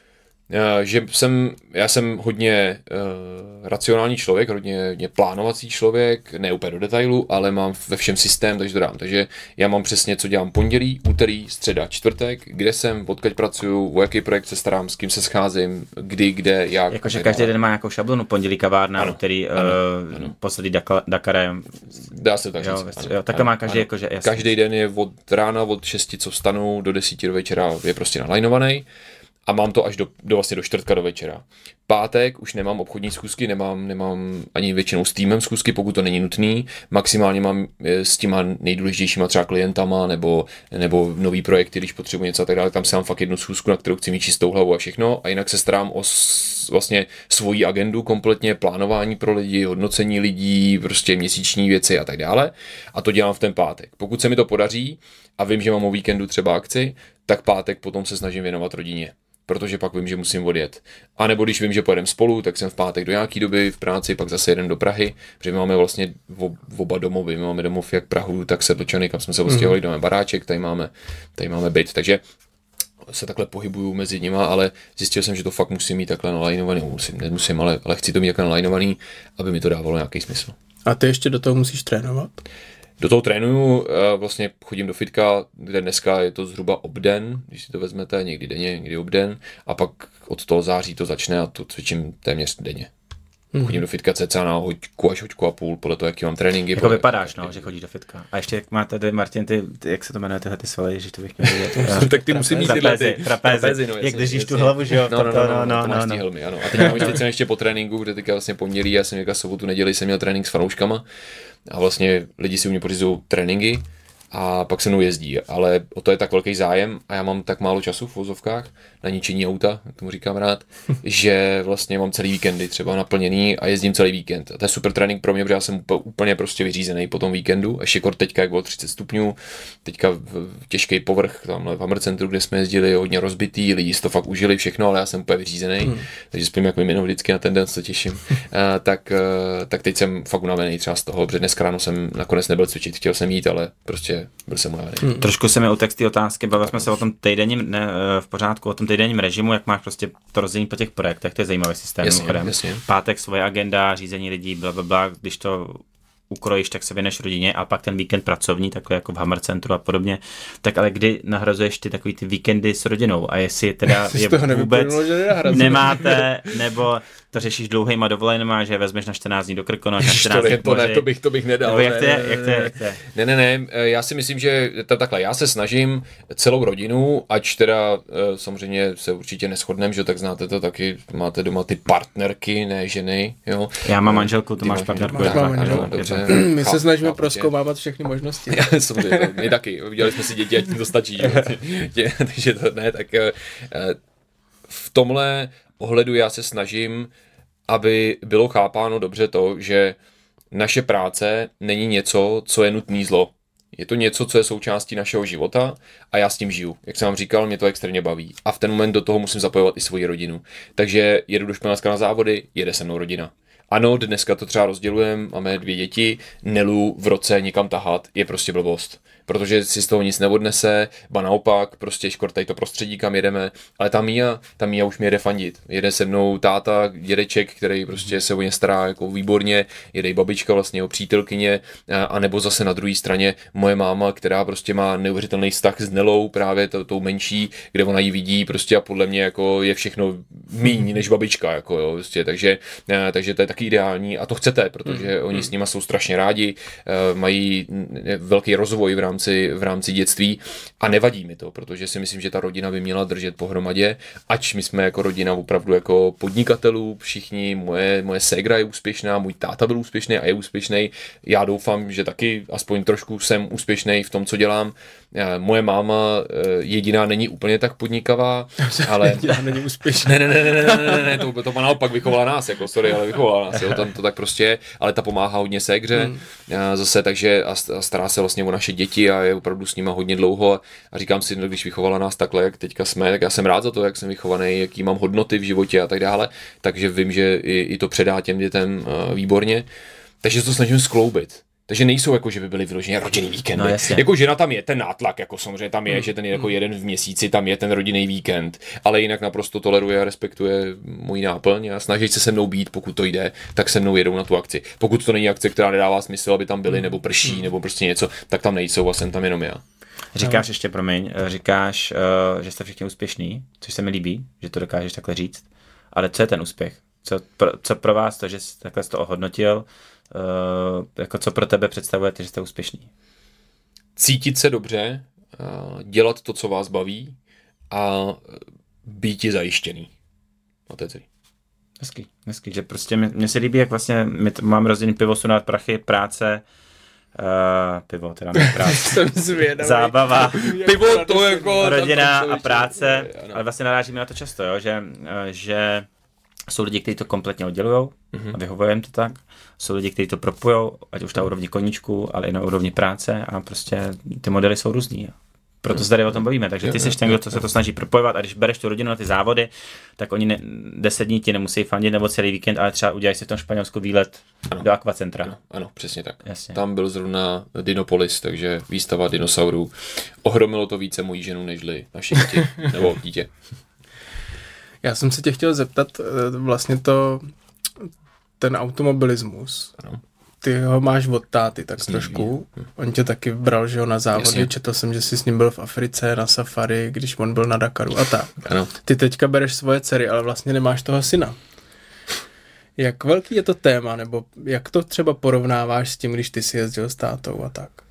že jsem, já jsem hodně uh, racionální člověk, hodně, hodně plánovací člověk, ne úplně do detailu, ale mám ve všem systém, takže to dám. Takže já mám přesně, co dělám pondělí, úterý, středa, čtvrtek, kde jsem, odkud pracuju, o jaký projekt se starám, s kým se scházím, kdy, kde, jak. Jakože každý den má nějakou šablonu, pondělí kavárna, úterý uh, poslední Dakar, Dakarem. Dá se tak jo, říct. Ano, jo, takhle má každý, ano. Jakože jasný. Každý den je od rána, od šesti, co vstanu, do desíti do večera je prostě nalajnovaný. A mám to až do, do, vlastně do čtvrtka do večera. Pátek už nemám obchodní schůzky, nemám, nemám ani většinou s týmem schůzky, pokud to není nutný. Maximálně mám s těma nejdůležitějšíma třeba klientama nebo, nebo nový projekty, když potřebuji něco a tak dále. Tam si mám fakt jednu schůzku, na kterou chci mít čistou hlavu a všechno. A jinak se starám o s, vlastně svoji agendu kompletně, plánování pro lidi, hodnocení lidí, prostě měsíční věci a tak dále. A to dělám v ten pátek. Pokud se mi to podaří a vím, že mám o víkendu třeba akci, tak pátek potom se snažím věnovat rodině. Protože pak vím, že musím odjet. A nebo když vím, že pojedeme spolu, tak jsem v pátek do nějaký doby v práci, pak zase jeden do Prahy, protože my máme vlastně oba domovy, my máme domov jak Prahu, tak Sedlčany, kam jsme se odstěhovali, dáme baráček, tady máme, tady máme byt, takže se takhle pohybuju mezi nima, ale zjistil jsem, že to fakt musím mít takhle nalajnovaný, musím, nemusím, ale, ale chci to mít takhle nalajnovaný, aby mi to dávalo nějaký smysl. A ty ještě do toho musíš trénovat? Do toho trénuju, vlastně chodím do fitka, kde dneska je to zhruba obden, když si to vezmete, někdy denně, někdy obden, a pak od toho září to začne a to cvičím téměř denně. Mm. Chodím do fitka cca na hoďku až hoďku a půl, podle toho, jaký mám tréninky. Jako vypadáš, no, že chodíš do fitka. A ještě jak máte tady, Martin, ty, ty, jak se to jmenuje, tyhle ty svaly, že to bych měl vidět. Tak ty musí mít tyhle ty trapézy, no, jak držíš tu hlavu, že jo? No, no, no, no, no, to máš ty helmy, ano. A teď mám ještě, ještě po tréninku, kde teďka vlastně pondělí, já jsem někde sobotu, neděli jsem měl trénink s fanouškama a vlastně lidi si u mě pořizují tréninky a pak se mnou jezdí, ale o to je tak velký zájem a já mám tak málo času v vozovkách na ničení auta, jak tomu říkám rád, že vlastně mám celý víkendy třeba naplněný a jezdím celý víkend. A to je super trénink pro mě, protože já jsem úplně prostě vyřízený po tom víkendu, ještě kor teďka, jak bylo třicet stupňů, teďka těžký povrch, tamhle v Hammer Centru, kde jsme jezdili, hodně rozbitý, lidi si to fakt užili všechno, ale já jsem úplně vyřízený, hmm. takže spím jak mimino vždycky na ten den, se těším. a, tak, tak teď jsem fakt unavený třeba z toho, protože dneska ráno jsem nakonec nebyl cvičit, chtěl jsem jít, ale prostě byl jsem unavený. Hmm. Trošku se mi utek z té otázky, bavili jsme se o tom týdenním, ne, v pořádku, o tom týdenním režimu, jak máš prostě to rozdělení po těch projektech, to je zajímavý systém. Jasně, jasně. Pátek svoje agenda, řízení lidí, blablabla, když to ukrojíš, tak se věneš rodině a pak ten víkend pracovní, takhle jako v Hammer Centru a podobně. Tak ale kdy nahrazuješ ty takový ty víkendy s rodinou a jestli teda je vůbec nemáte, nebo to řešíš dlouhýma dovolenýma, že vezmeš na čtrnáct dní do Krkonoš, na čtrnáct dní to, ne, to, bych, to bych nedal. Nebo jak to ne, je? Jak to je, jak to je? Ne, ne, ne, já si myslím, že to takhle, já se snažím celou rodinu, ač teda samozřejmě se určitě neshodneme, že tak znáte to taky, máte doma ty partnerky, ne ženy, jo. Já mám manželku, to máš partnerku. Tak, tak, ano, dobře. My se snažíme prozkoumávat všechny možnosti. Já, samozřejmě, my taky, udělali jsme si děti, ať to stačí, takže to ne, tak v tomhle ohledu já se snažím, aby bylo chápáno dobře to, že naše práce není něco, co je nutný zlo. Je to něco, co je součástí našeho života a já s tím žiju. Jak jsem vám říkal, mě to extrémně baví. A v ten moment do toho musím zapojovat i svoji rodinu. Takže jedu do Španělska na závody, jede se mnou rodina. Ano, dneska to třeba rozdělujeme, máme dvě děti, Nelu v roce nikam tahat je prostě blbost. Protože si z toho nic neodnese, ba naopak, prostě škortají to prostředí, kam jedeme, ale ta Mia, ta Mia už mě jede fandit. Jede se mnou táta, dědeček, který prostě se o ně stará jako výborně, jede i babička, vlastně jeho přítelkyně, a nebo zase na druhé straně moje máma, která prostě má neuvěřitelný vztah s Nelou, právě to, tou menší, kde ona ji vidí prostě a podle mě jako je všechno míň než babička, jako jo, prostě, takže, takže to je taky ideální a to chcete, protože oni s nima jsou strašně rádi, mají velký rozvoj v rámci v rámci dětství a nevadí mi to, protože si myslím, že ta rodina by měla držet pohromadě, ač my jsme jako rodina opravdu jako podnikatelů, všichni, moje, moje ségra je úspěšná, můj táta byl úspěšný a je úspěšný, já doufám, že taky aspoň trošku jsem úspěšný v tom, co dělám. Moje máma jediná není úplně tak podnikavá, ale... Jediná není úspěšná. Ne, ne, ne, ne, ne, ne, ne, to, to má naopak vychovala nás, jako sorry, ale vychovala nás, jo, tam to tak prostě je, ale ta pomáhá hodně ségře, hmm. zase, takže a stará se vlastně o naše děti a je opravdu s nima hodně dlouho a, a říkám si, no, když vychovala nás takhle, jak teďka jsme, tak já jsem rád za to, jak jsem vychovaný, jaký mám hodnoty v životě a tak dále, takže vím, že i, i to předá těm dětem uh, výborně, takže to snažím skloubit. Takže nejsou jako, že by byly vyloženě rodinný víkendy. No, jasně. Jako žena tam je ten nátlak, jako samozřejmě tam je, Mm. že ten je jako jeden v měsíci, tam je ten rodinný víkend, ale jinak naprosto toleruje a respektuje můj náplň a snaží se se mnou být, pokud to jde, tak se mnou jedou na tu akci. Pokud to není akce, která nedává smysl, aby tam byly, nebo prší, nebo prostě něco, tak tam nejsou a jsem tam jenom já. Říkáš ještě, promiň, říkáš, uh, že jste všichni úspěšný, což se mi líbí, že to dokážeš takhle říct, ale co je ten úspěch? Co pro, co pro vás to, že jsi takhle jsi to ohodnotil, uh, jako co pro tebe představujete, že jste úspěšný? Cítit se dobře, uh, dělat to, co vás baví a být zajištěný. A to je celý. Hezký, hezký, že prostě mně se líbí, jak vlastně my t- máme rozdělený pivo, Sunar, prachy, práce, uh, pivo, teda ne práce, Jsem zvědavý. zábava, Pivo to jako... rodina tam a práce, ano. ale vlastně narážíme na to často, jo, že, eh, že jsou lidi, kteří to kompletně oddělujou Mhm. a vyhovuje jim to tak, jsou lidi, kteří to propujou, ať už na úrovni koníčku, ale i na úrovni práce a prostě ty modely jsou různý. Jo. Proto se tady o tom bavíme, takže ty jsi ten, kdo se to snaží propojovat a když bereš tu rodinu na ty závody, tak oni ne, deset dní ti nemusí fandit nebo celý víkend, ale třeba udělají si v tom Španělsku výlet Ano. do akvacentra. Ano, ano, přesně tak. Jasně. Tam byl zrovna Dinopolis, takže výstava dinosaurů. Ohromilo to více moji ženu, nežli naše děti, nebo dítě. Já jsem se tě chtěl zeptat, eh, vlastně to, ten automobilismus, Ano. ty ho máš od táty tak Jasně, trošku, on tě taky bral, že jo, na závody, Jasně. četl jsem, že jsi s ním byl v Africe, na safari, když on byl na Dakaru a tak. Ano. Ty teďka bereš svoje dcery, ale vlastně nemáš toho syna. Jak velký je to téma, nebo jak to třeba porovnáváš s tím, když ty si jezdil s tátou a tak?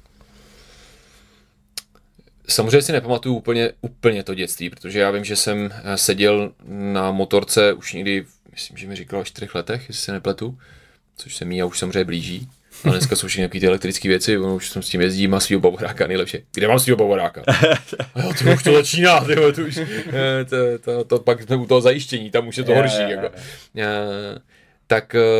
Samozřejmě si nepamatuju úplně, úplně to dětství, protože já vím, že jsem seděl na motorce už někdy, myslím, že mi říkal o čtyřech letech, jestli se nepletu, což se mí a už samozřejmě blíží. A dneska jsou všechny nějaké ty elektrické věci, ono už jsem s tím jezdím, má svýho bavoráka nejlepší. Kde mám svýho bavoráka? A jo, to už to začíná, tyhle, to už, eh, to, to, to, pak jsme u toho zajištění, tam už je to Je, horší. je, je. Jako. Eh, Tak eh,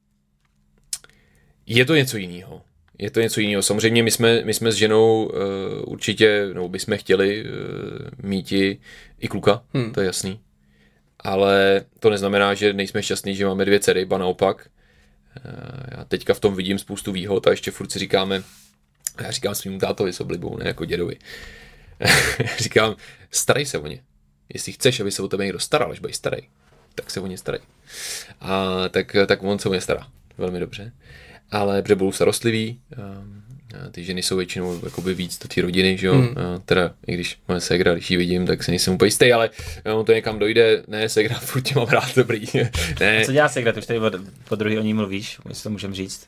je to něco jiného. Je to něco jiného. Samozřejmě my jsme, my jsme s ženou uh, určitě, nebo bychom chtěli uh, mít i, i kluka, hmm. to je jasný. Ale to neznamená, že nejsme šťastní, že máme dvě dcery, ba naopak. Uh, já teďka v tom vidím spoustu výhod a ještě furt si říkáme, já říkám svým tátovi s oblibou, ne jako dědovi. Říkám, starej se o ně. Jestli chceš, aby se o tebe někdo staral, až budeš starý, tak se o ně starej. A tak, tak on se o ně stará. Velmi dobře. Ale protože budou starostlivý, a ty ženy jsou většinou jakoby víc do té rodiny, že jo, mm. a teda i když moje ségra, když ji vidím, tak se nejsem úplně jistý, ale on to někam dojde, ne, ségra, furt tě mám rád, dobrý, ne. A co dělá ségra, ty už tady po, po druhý o ní mluvíš, jestli to můžem říct.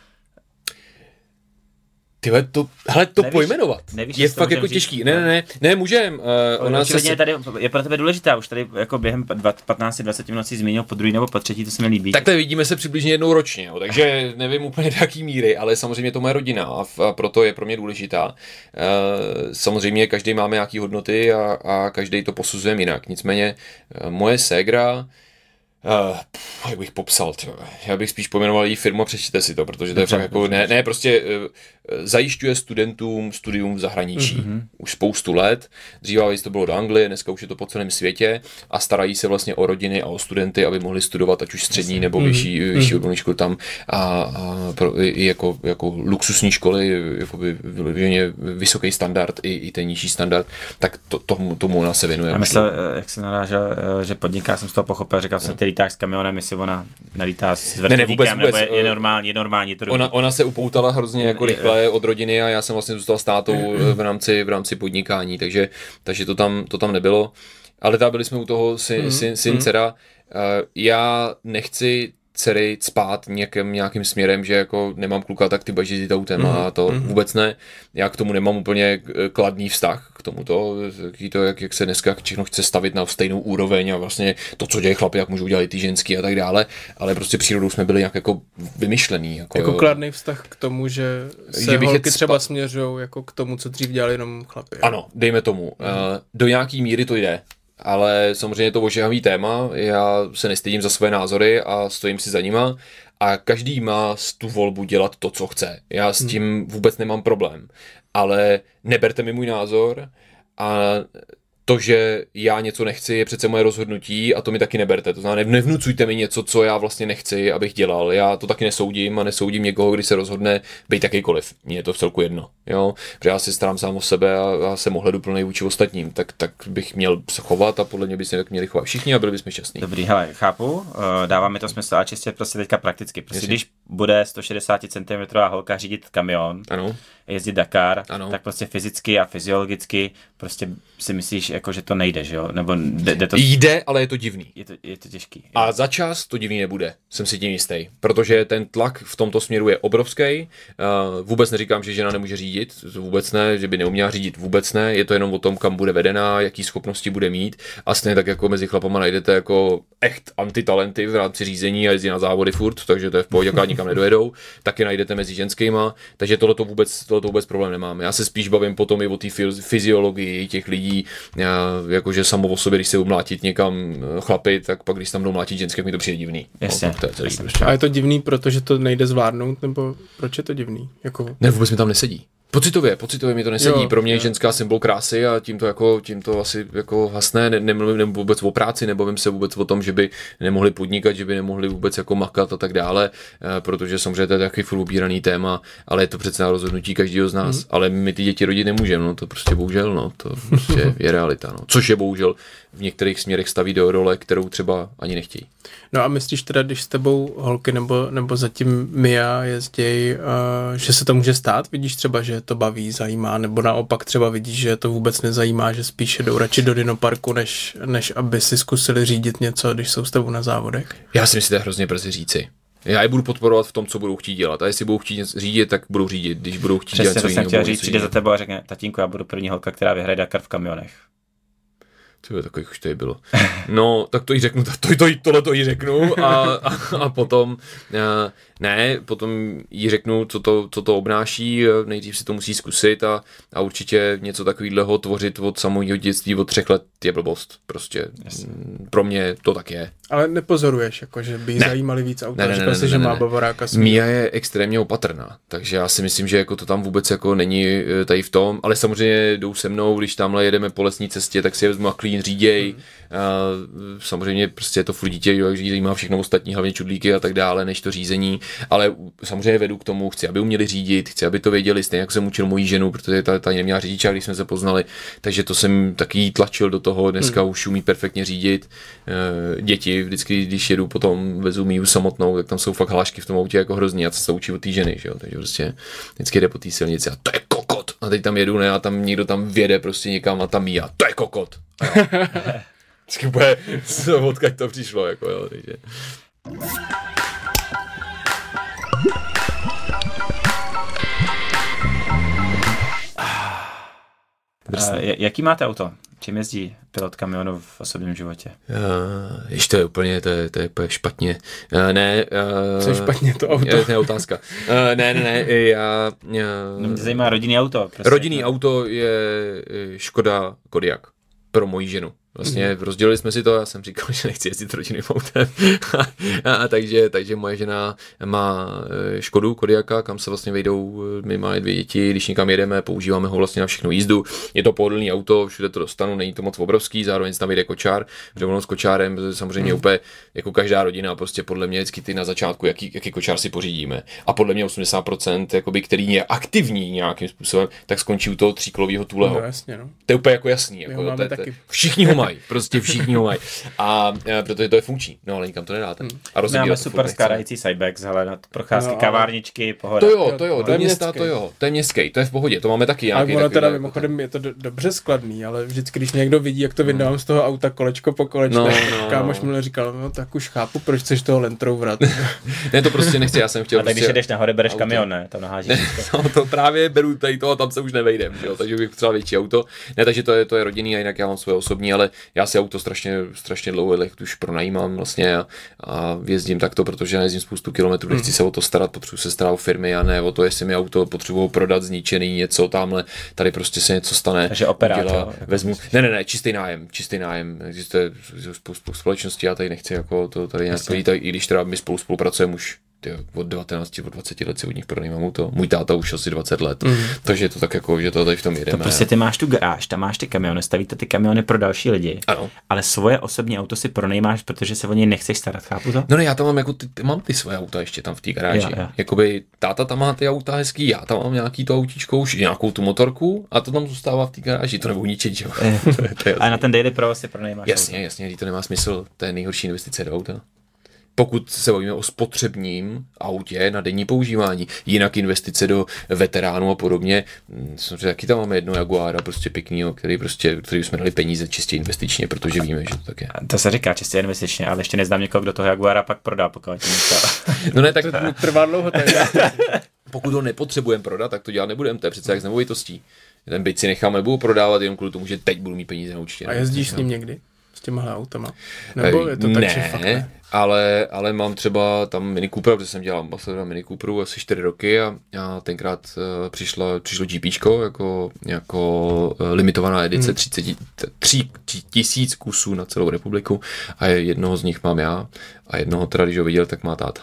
Tyhle, to, hele, to Nevíš, pojmenovat nevíš, je jestli to fakt můžem jako říct. těžký. Ne, ne, ne, ne, můžem. Uh, ona se... je, tady, je pro tebe důležitá, už tady jako během patnáct dvacet minut si zmínil po druhý nebo po třetí, to se mi líbí. Takhle vidíme se přibližně jednou ročně, jo, takže nevím úplně do jaký míry, ale samozřejmě to moje rodina a, v, a proto je pro mě důležitá. Uh, samozřejmě každý máme nějaký hodnoty a, a každý to posuzujeme jinak. Nicméně uh, moje ségra, Uh, pff, jak bych popsal, třeba. Já bych spíš pojmenoval její firmu a přečtěte si to, protože to je fakt jako, ne, ne, prostě uh, zajišťuje studentům studium v zahraničí. Mm-hmm. Už spoustu let, dříve to bylo do Anglie, dneska už je to po celém světě a starají se vlastně o rodiny a o studenty, aby mohli studovat ať už střední nebo vyšší, mm-hmm. vyšší odbornou školu tam a, a pro, i jako, jako luxusní školy, jakoby vysoký standard i, i ten nižší standard, tak to, tomu, tomu ona se věnuje. A myslel, jak jsem narážel, že podniká, jsem z toho pochopil, říkal jsem, ty lítáš s kamionem, jestli ona nelítá s vrtulníkem, nebo je, je normální, je normální. To ona, ona se upoutala hrozně jako rychle od rodiny a já jsem vlastně zůstal s tátou v rámci, v rámci podnikání, takže, takže to, tam, to tam nebylo. Ale tam byli jsme u toho syn, mm. syn, syn dcera. Já nechci dcery spát nějakým, nějakým směrem, že jako nemám kluka, tak ty budeš jezdit autem mm. a to vůbec ne. Já k tomu nemám úplně kladný vztah k tomuto, to, jak, jak se dneska všechno chce stavit na stejnou úroveň a vlastně to, co dělají chlapi, jak můžou dělat i ty ženský a tak dále, ale prostě přírodou jsme byli nějak jako vymyšlený. Jako, jako kladný vztah k tomu, že se že bych holky spa... třeba směřují jako k tomu, co dřív dělali jenom chlapi. Ano, dejme tomu. Mm. Do nějaký míry to jde. Ale samozřejmě je to ožehavý téma, já se nestydím za své názory a stojím si za nima a každý má tu volbu dělat to, co chce. Já s tím vůbec nemám problém, ale neberte mi můj názor a to, že já něco nechci, je přece moje rozhodnutí a to mi taky neberte. To znamená, nevnucujte mi něco, co já vlastně nechci, abych dělal. Já to taky nesoudím a nesoudím někoho, když se rozhodne být jakýkoliv. Mně je to v celku jedno. Jo? Protože já si starám sám o sebe a já jsem ohleduplný vůči ostatním, tak, tak bych měl se chovat a podle mě by se tak měli chovat všichni a byli bychom šťastní. Dobrý, hele, chápu, dává mi to smysl, a čistě prostě teďka prakticky. Prostě Jasně. když bude sto šedesát centimetrů holka řídit kamion, Ano. jezdit Dakar, Ano. tak prostě fyzicky a fyziologicky prostě si myslíš, jako, že to nejde, že jo? Nebo jde, jde to... Jde, ale je to divný. Je to, je to těžký. Jo. A za čas to divný nebude, jsem si tím jistý, protože ten tlak v tomto směru je obrovský. Uh, vůbec neříkám, že žena nemůže řídit, to vůbec ne, že by neuměla řídit, vůbec ne, je to jenom o tom, kam bude vedená, jaký schopnosti bude mít. A stejně tak jako mezi chlapama najdete jako echt antitalenty v rámci řízení a jezdí na závody furt, takže to je v pohodě, akorát nikam nedojedou, taky najdete mezi ženskýma, takže tohleto vůbec, tohleto vůbec problém nemám. Já se spíš bavím potom i o té fyziologii těch lidí, jakože samo o sobě, když se umlátit někam chlapy, tak pak když tam jdou mlátit ženské, mi to přijde divný. Jasně, No, to je celý jasně. prostě. A je to divný, protože to nejde zvládnout, nebo proč je to divný? Jako... Ne, vůbec mi tam nesedí. Pocitově, pocitově mi to nesedí. Jo, Pro mě je jo. ženská symbol krásy a tím to jako, tím to asi jako hasné, ne, nemluvím nem vůbec o práci, nebavím se vůbec o tom, že by nemohli podnikat, že by nemohli vůbec jako makat a tak dále, eh, protože samozřejmě to je takový furt ubíraný téma, ale je to přece na rozhodnutí každého z nás. Mm. Ale my ty děti rodit nemůžeme, no to prostě bohužel, no to prostě je realita, no. Což je bohužel v některých směrech staví do role, kterou třeba ani nechtějí. No a myslíš teda, když s tebou holky nebo, nebo zatím Mia jezděj, uh, že se to může stát? Vidíš třeba, že to baví, zajímá, nebo naopak třeba vidíš, že to vůbec nezajímá, že spíše jdou radši do dinoparku, než, než aby si zkusili řídit něco, když jsou s tebou na závodech? Já si myslím, že to je hrozně brzy říci. Já je budu podporovat v tom, co budou chtít dělat. A jestli budou chtít řídit, tak budou řídit. Když budou chtít Přesně dělat to něco jsem jiného, chtěl budou říct, něco přijde za jiného. tebou a řekne, tatínku, já budu první holka, která vyhraje Dakar v kamionech. To je takových už tady bylo. No, tak to jí řeknu, to, to, to, tohle to jí řeknu a, a, a potom, a, ne, potom jí řeknu, co to, co to obnáší, nejdřív si to musí zkusit a, a určitě něco takového tvořit od samého dětství, od třech let je blbost, prostě. Jasně. Pro mě to tak je. Ale nepozoruješ, jako, že by jí Ne. zajímaly víc auta, Ne, ne, říkal ne, jsi, ne, že ne, má ne. bavoráka svý. Mia je extrémně opatrná, takže já si myslím, že jako to tam vůbec jako není e, tady v tom, ale samozřejmě jdou se mnou, když tamhle jedeme po lesní cestě, tak si je vezmu a clean říděj. Hmm. A samozřejmě prostě je to furt dítě, takže jí zajímá všechno ostatní, hlavně čudlíky a tak dále, než to řízení, ale samozřejmě vedu k tomu, chci, aby uměli řídit, chci, aby to věděli, stejně jako jsem učil moji ženu, protože ta, ta neměla řidičák, když jsme se poznali, takže to jsem taky tlačil do toho, dneska hmm. už umí perfektně řídit. E, děti, vždycky, když jedu potom vezu Miu samotnou, tak tam jsou fakt hlášky v tom autě jako hrozný, a co se učí od té ženy, že jo? Takže prostě vždycky jde po té silnici a to je kokot. A teď tam jedu, ne, a tam někdo tam vjede prostě někam a tam Mia, to je kokot. Vždycky bude, odkud to přišlo, jako jo, takže. Uh, jaký máte auto? Čím jezdí pilot kamionu v osobním životě? Uh, ještě to je úplně, to je, to je úplně špatně. Uh, ne. Uh, Co je špatně to auto? Je, to je otázka. Uh, ne, ne, ne, já... Uh, No, mě zajímá rodinný auto. Prostě. rodinný auto je eh, Škoda Kodiaq pro moji ženu. Vlastně mm. rozdělili jsme si to, já jsem říkal, že nechci jezdit rodinným autem. a, a takže, takže moje žena má Škodu Kodiaqa, kam se vlastně vejdou, my máme dvě děti, když někam jedeme, používáme ho vlastně na všechnu jízdu. Je to pohodlný auto, všude to dostanu, není to moc obrovský, zároveň tam jde kočár, že ono s kočárem samozřejmě mm. úplně jako každá rodina, prostě podle mě vždycky ty na začátku, jaký, jaký kočár si pořídíme. A podle mě osmdesát procent, jakoby, který je aktivní nějakým způsobem, tak skončí u toho tříkolového tuleho. No, jasně, no. To je úplně jako jasný. Jako, máme to, to, taky. všichni ho mají, prostě všichni ho mají. A, a protože to je funkční, no ale nikam to nedáte. A My máme to super furt skládající sidebacks, hele, na procházky, No, ale- kavárničky, pohoda. To jo, to jo, To do je města městský. to jo, to je městský, to je v pohodě, to máme taky Ale nějaký ono teda takový- mimochodem je to do, dobře skladný, ale vždycky, když někdo vidí, jak to vyndávám z toho auta kolečko po kolečku, No, tak no, kámoš no. mi říkal, no tak už chápu, proč chceš toho Land Rovera. Ne, to prostě nechci, já jsem chtěl A tak když prostě... jedeš nahoře, bereš auto. kamion, ne? Tam nahážíš. No, to právě beru tady to a tam se už nevejdem, že jo? Takže bych potřeboval větší auto. Ne, takže to je, to je rodinný a jinak já mám svoje osobní, ale já si auto strašně, strašně dlouho let už pronajímám vlastně a, a jezdím takto, protože já jezdím spoustu kilometrů, nechci se o to starat, potřebuji se starat o firmy a ne o to, jestli mi auto potřebuji prodat zničený něco tamhle, tady prostě se něco stane. Takže operátor, udělá, jako vezmu, ne, ne, ne, čistý nájem, čistý nájem, existuje spoustu společností, já tady nechci jako to tady nějak, tady, i když teda my spolu spolupracujeme už tyjo, od devatenácti, od dvaceti let si od nich pronajímám auto. Můj táta už asi dvacet let, mm. takže je to tak jako, že to tady v tom jedeme. To prostě ty máš tu garáž, tam máš ty kamiony, stavíte ty kamiony pro další lidi, ano. Ale svoje osobní auto si pronajímáš, protože se o něj nechceš starat, chápu to? No ne, já tam mám jako ty, mám ty svoje auta ještě tam v té garáži. Jo, jo. Jakoby táta tam má ty auta hezký, já tam mám nějaký to autíčko, už nějakou tu motorku a to tam zůstává v té garáži, to nebudu ničit, jo. A na ten daily provoz si pronajímáš. Jasně, auto. jasně, to nemá smysl, to je nejhorší investice do auta. Pokud se bavíme o spotřebním autě na denní používání, jinak investice do veteránů a podobně, samozřejmě taky tam máme jedno Jaguara, prostě pěknýho, který prostě, který jsme dali peníze čistě investičně, protože víme, že to tak je. To se říká čistě investičně, ale ještě neznám někoho, kdo toho Jaguara pak prodá, pokud tím No ne, tak to trvá dlouho. pokud ho nepotřebujeme prodat, tak to dělat nebudeme, to je přece jak s nemovitostí. Ten byt si nechám, nebudu prodávat jenom kvůli tomu, že teď budu mít peníze na účtě. A jezdíš s ním někdy? S těmahle autama? Nebo je to tak, ne, že fakt ne? Ale, ale mám třeba tam Mini Coopera, protože jsem dělal ambasadora Mini Cooperu asi čtyři roky a, a tenkrát uh, přišla, přišlo GPčko jako, jako uh, limitovaná edice hmm. třicet tisíc kusů na celou republiku a jednoho z nich mám já a jednoho teda, když ho viděl, tak má táta.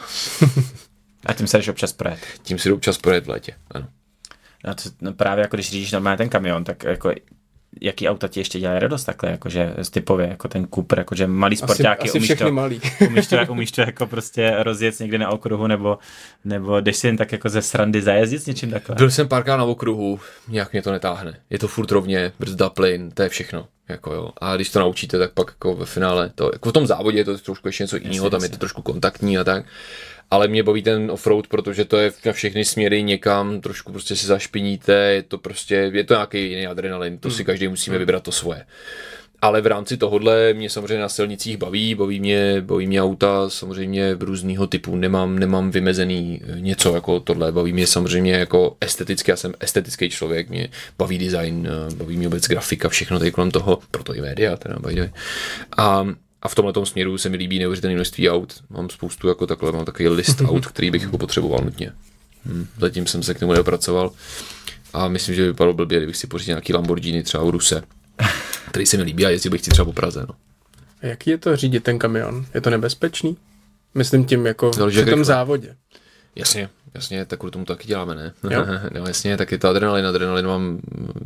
A tím se jdeš občas projet. Tím si jdu občas projet v létě, ano. No to, no právě jako když řídíš normálně ten kamion, tak jako jaký auta ti ještě dělají radost takhle, jakože typově, jako ten Cooper, jakože malý sportáky, asi, asi umíš, to, malý. umíš, to, umíš to jako prostě rozjet někde na okruhu, nebo, nebo jdeš si jen tak jako ze srandy zajezdit s něčím takhle. Byl jsem párkrát na okruhu, nějak mě to netáhne. Je to furt rovně, brzda, plyn, to je všechno. Jako jo. A když to naučíte, tak pak jako ve finále, to, jako v tom závodě je to trošku ještě něco jiného, tam je to trošku kontaktní a tak. Ale mě baví ten offroad, protože to je na všechny směry někam, trošku prostě si zašpiníte, je to prostě, je to nějaký jiný adrenalin, to si každý musíme vybrat to svoje. Ale v rámci tohohle mě samozřejmě na silnicích baví, baví mě, baví mě auta, samozřejmě různýho typu, nemám, nemám vymezený něco jako tohle, baví mě samozřejmě jako esteticky, já jsem estetický člověk, mě baví design, baví mě vůbec grafika, všechno tady kolem toho, proto i média teda baví. A A v tomhletom směru se mi líbí neuvěřitelné množství aut. Mám spoustu jako takhle, mám takový list aut, který bych jako potřeboval nutně. Hm. Zatím jsem se k tomu nedopracoval a myslím, že by vypadalo blbě, kdybych si pořídil nějaký Lamborghini, třeba Uruse, který se mi líbí a jezdil bych si třeba po Praze. No. A jaký je to řídit ten kamion? Je to nebezpečný? Myslím tím jako Záleží, v tom závodě. Jasně, jasně, tak kvůli tomu taky děláme, ne? No, jasně, tak je to adrenalin, adrenalin vám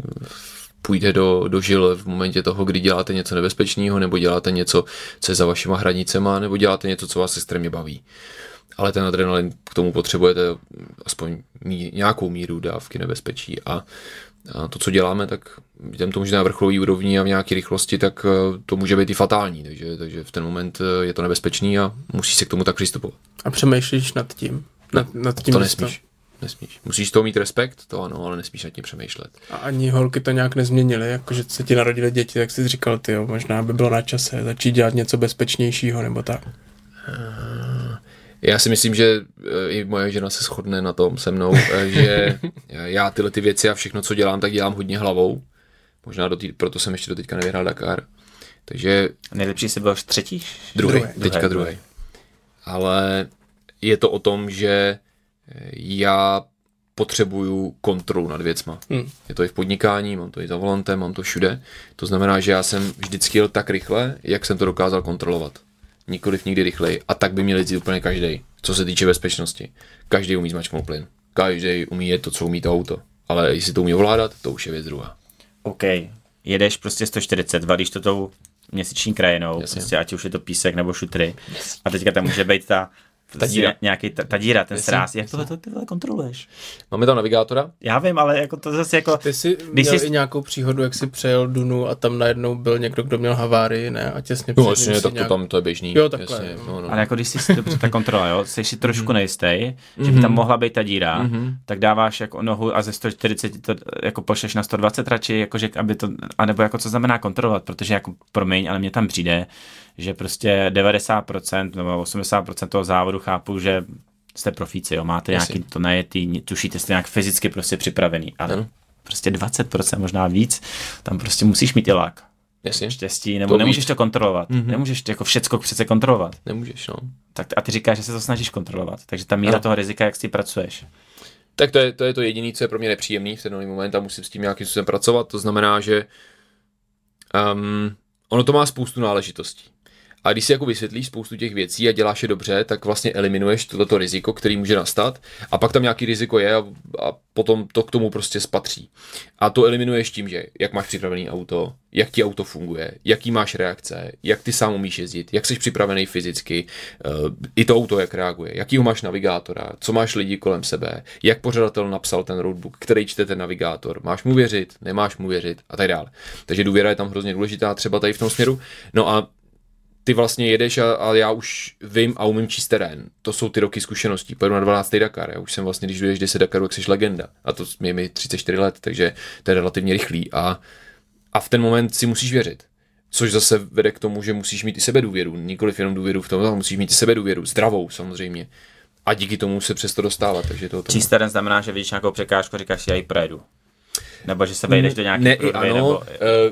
půjde do, do žil v momentě toho, kdy děláte něco nebezpečného, nebo děláte něco, co je za vašima hranicema, nebo děláte něco, co vás extrémně baví. Ale ten adrenalin k tomu potřebujete aspoň mí, nějakou míru dávky nebezpečí. A, a to, co děláme, tak jdem tomu, že na vrcholové úrovni a v nějaké rychlosti, tak to může být i fatální. Takže, takže v ten moment je to nebezpečný a musí se k tomu tak přistupovat. A přemýšlíš nad tím? Nad, nad tím to nesmíš. Nesmíš. Musíš z toho mít respekt, to ano, ale nesmíš nad tím přemýšlet. A ani holky to nějak nezměnily, jakože se ti narodily děti, tak jsi říkal, ty jo, možná by bylo na čase začít dělat něco bezpečnějšího, nebo tak. Já si myslím, že i moje žena se shodne na tom se mnou, že já tyhle ty věci a všechno, co dělám, tak dělám hodně hlavou. Možná do tý, proto jsem ještě do teďka nevyhrál Dakar. Takže... Nejlepší jsi byl třetí? Druhý, teďka druhý. Ale je to o tom, že já potřebuju kontrolu nad věcma. Hmm. Je to i v podnikání, mám to i za volantem, mám to všude. To znamená, že já jsem vždycky jel tak rychle, jak jsem to dokázal kontrolovat. Nikoliv nikdy rychleji. A tak by měl jezdit úplně každý, co se týče bezpečnosti. Každý umí zmačknout plyn. Každý umí jet to, co umí to auto. Ale jestli to umí ovládat, to už je věc druhá. OK. Jedeš prostě sto čtyřicet, valíš to tou měsíční krajinou, prostě, ať už je to písek nebo šutry. Yes. A teďka tam může být ta Ta díra. Nějaký ta, ta díra, ten sráz. Jak tohle ty kontroluješ? Máme tam navigátora? Já vím, ale jako to zase jako... Ty jsi měl jsi... i nějakou příhodu, jak jsi přejel Dunu a tam najednou byl někdo, kdo měl havárii, ne? A těsně no, jasně, tak nějak... to tam to je běžný. Jo, takhle. Jasně, no, no. Ale jako když jsi si to, ta kontrola, jo, jsi si trošku nejistý, mm-hmm. že by tam mohla být ta díra, mm-hmm. tak dáváš jako nohu a ze sto čtyřicet to jako pošleš na sto dvacet radši, jakože aby to, anebo jako co znamená kontrolovat, protože jako promiň, ale mně tam přijde, že prostě devadesát procent nebo osmdesát procent toho závodu chápu, že jste profíci, jo, máte Jasně. nějaký to najetý, tušíte, jste nějak fyzicky prostě připravený, ale ano. prostě dvacet procent možná víc, tam prostě musíš mít i lak. Jasně. Štěstí, nebo to nemůžeš to kontrolovat, mm-hmm. nemůžeš jako všecko přece kontrolovat. Nemůžeš, no. Tak a ty říkáš, že se to snažíš kontrolovat, takže ta míra ano. toho rizika, jak s tím pracuješ. Tak to je to, je to jediné, co je pro mě nepříjemný v ten moment a musím s tím nějakým způsobem pracovat, to znamená, že um, ono to má spoustu náležitostí. A když si jako vysvětlíš spoustu těch věcí a děláš je dobře, tak vlastně eliminuješ toto riziko, který může nastat a pak tam nějaký riziko je a, a potom to k tomu prostě spatří. A to eliminuješ tím, že jak máš připravený auto, jak ti auto funguje, jaký máš reakce, jak ty sám umíš jezdit, jak jsi připravený fyzicky, i to auto jak reaguje, jakýho máš navigátora, co máš lidi kolem sebe, jak pořadatel napsal ten roadbook, který čte ten navigátor, máš mu věřit, nemáš mu věřit a tak dále. Takže důvěra je tam hrozně důležitá třeba tady v tom směru. No a ty vlastně jedeš a, a já už vím a umím číst terén. To jsou ty roky zkušeností. Pojedu na dvanáctý Dakar. Já už jsem vlastně, když jdeš deset Dakarů, tak jsi legenda. A to je mi třicet čtyři let, takže to je relativně rychlý. A, a v ten moment si musíš věřit. Což zase vede k tomu, že musíš mít i sebedůvěru. Nikoliv jenom důvěru v tom, ale musíš mít i sebedůvěru. Zdravou samozřejmě. A díky tomu se přesto dostávat. Takže to číst terén znamená, že vidíš nějakou překážku, říkáš si, já ji projedu. Nebo že se vejdeš do nějaké ne, průrvy, ano, nebo... Uh,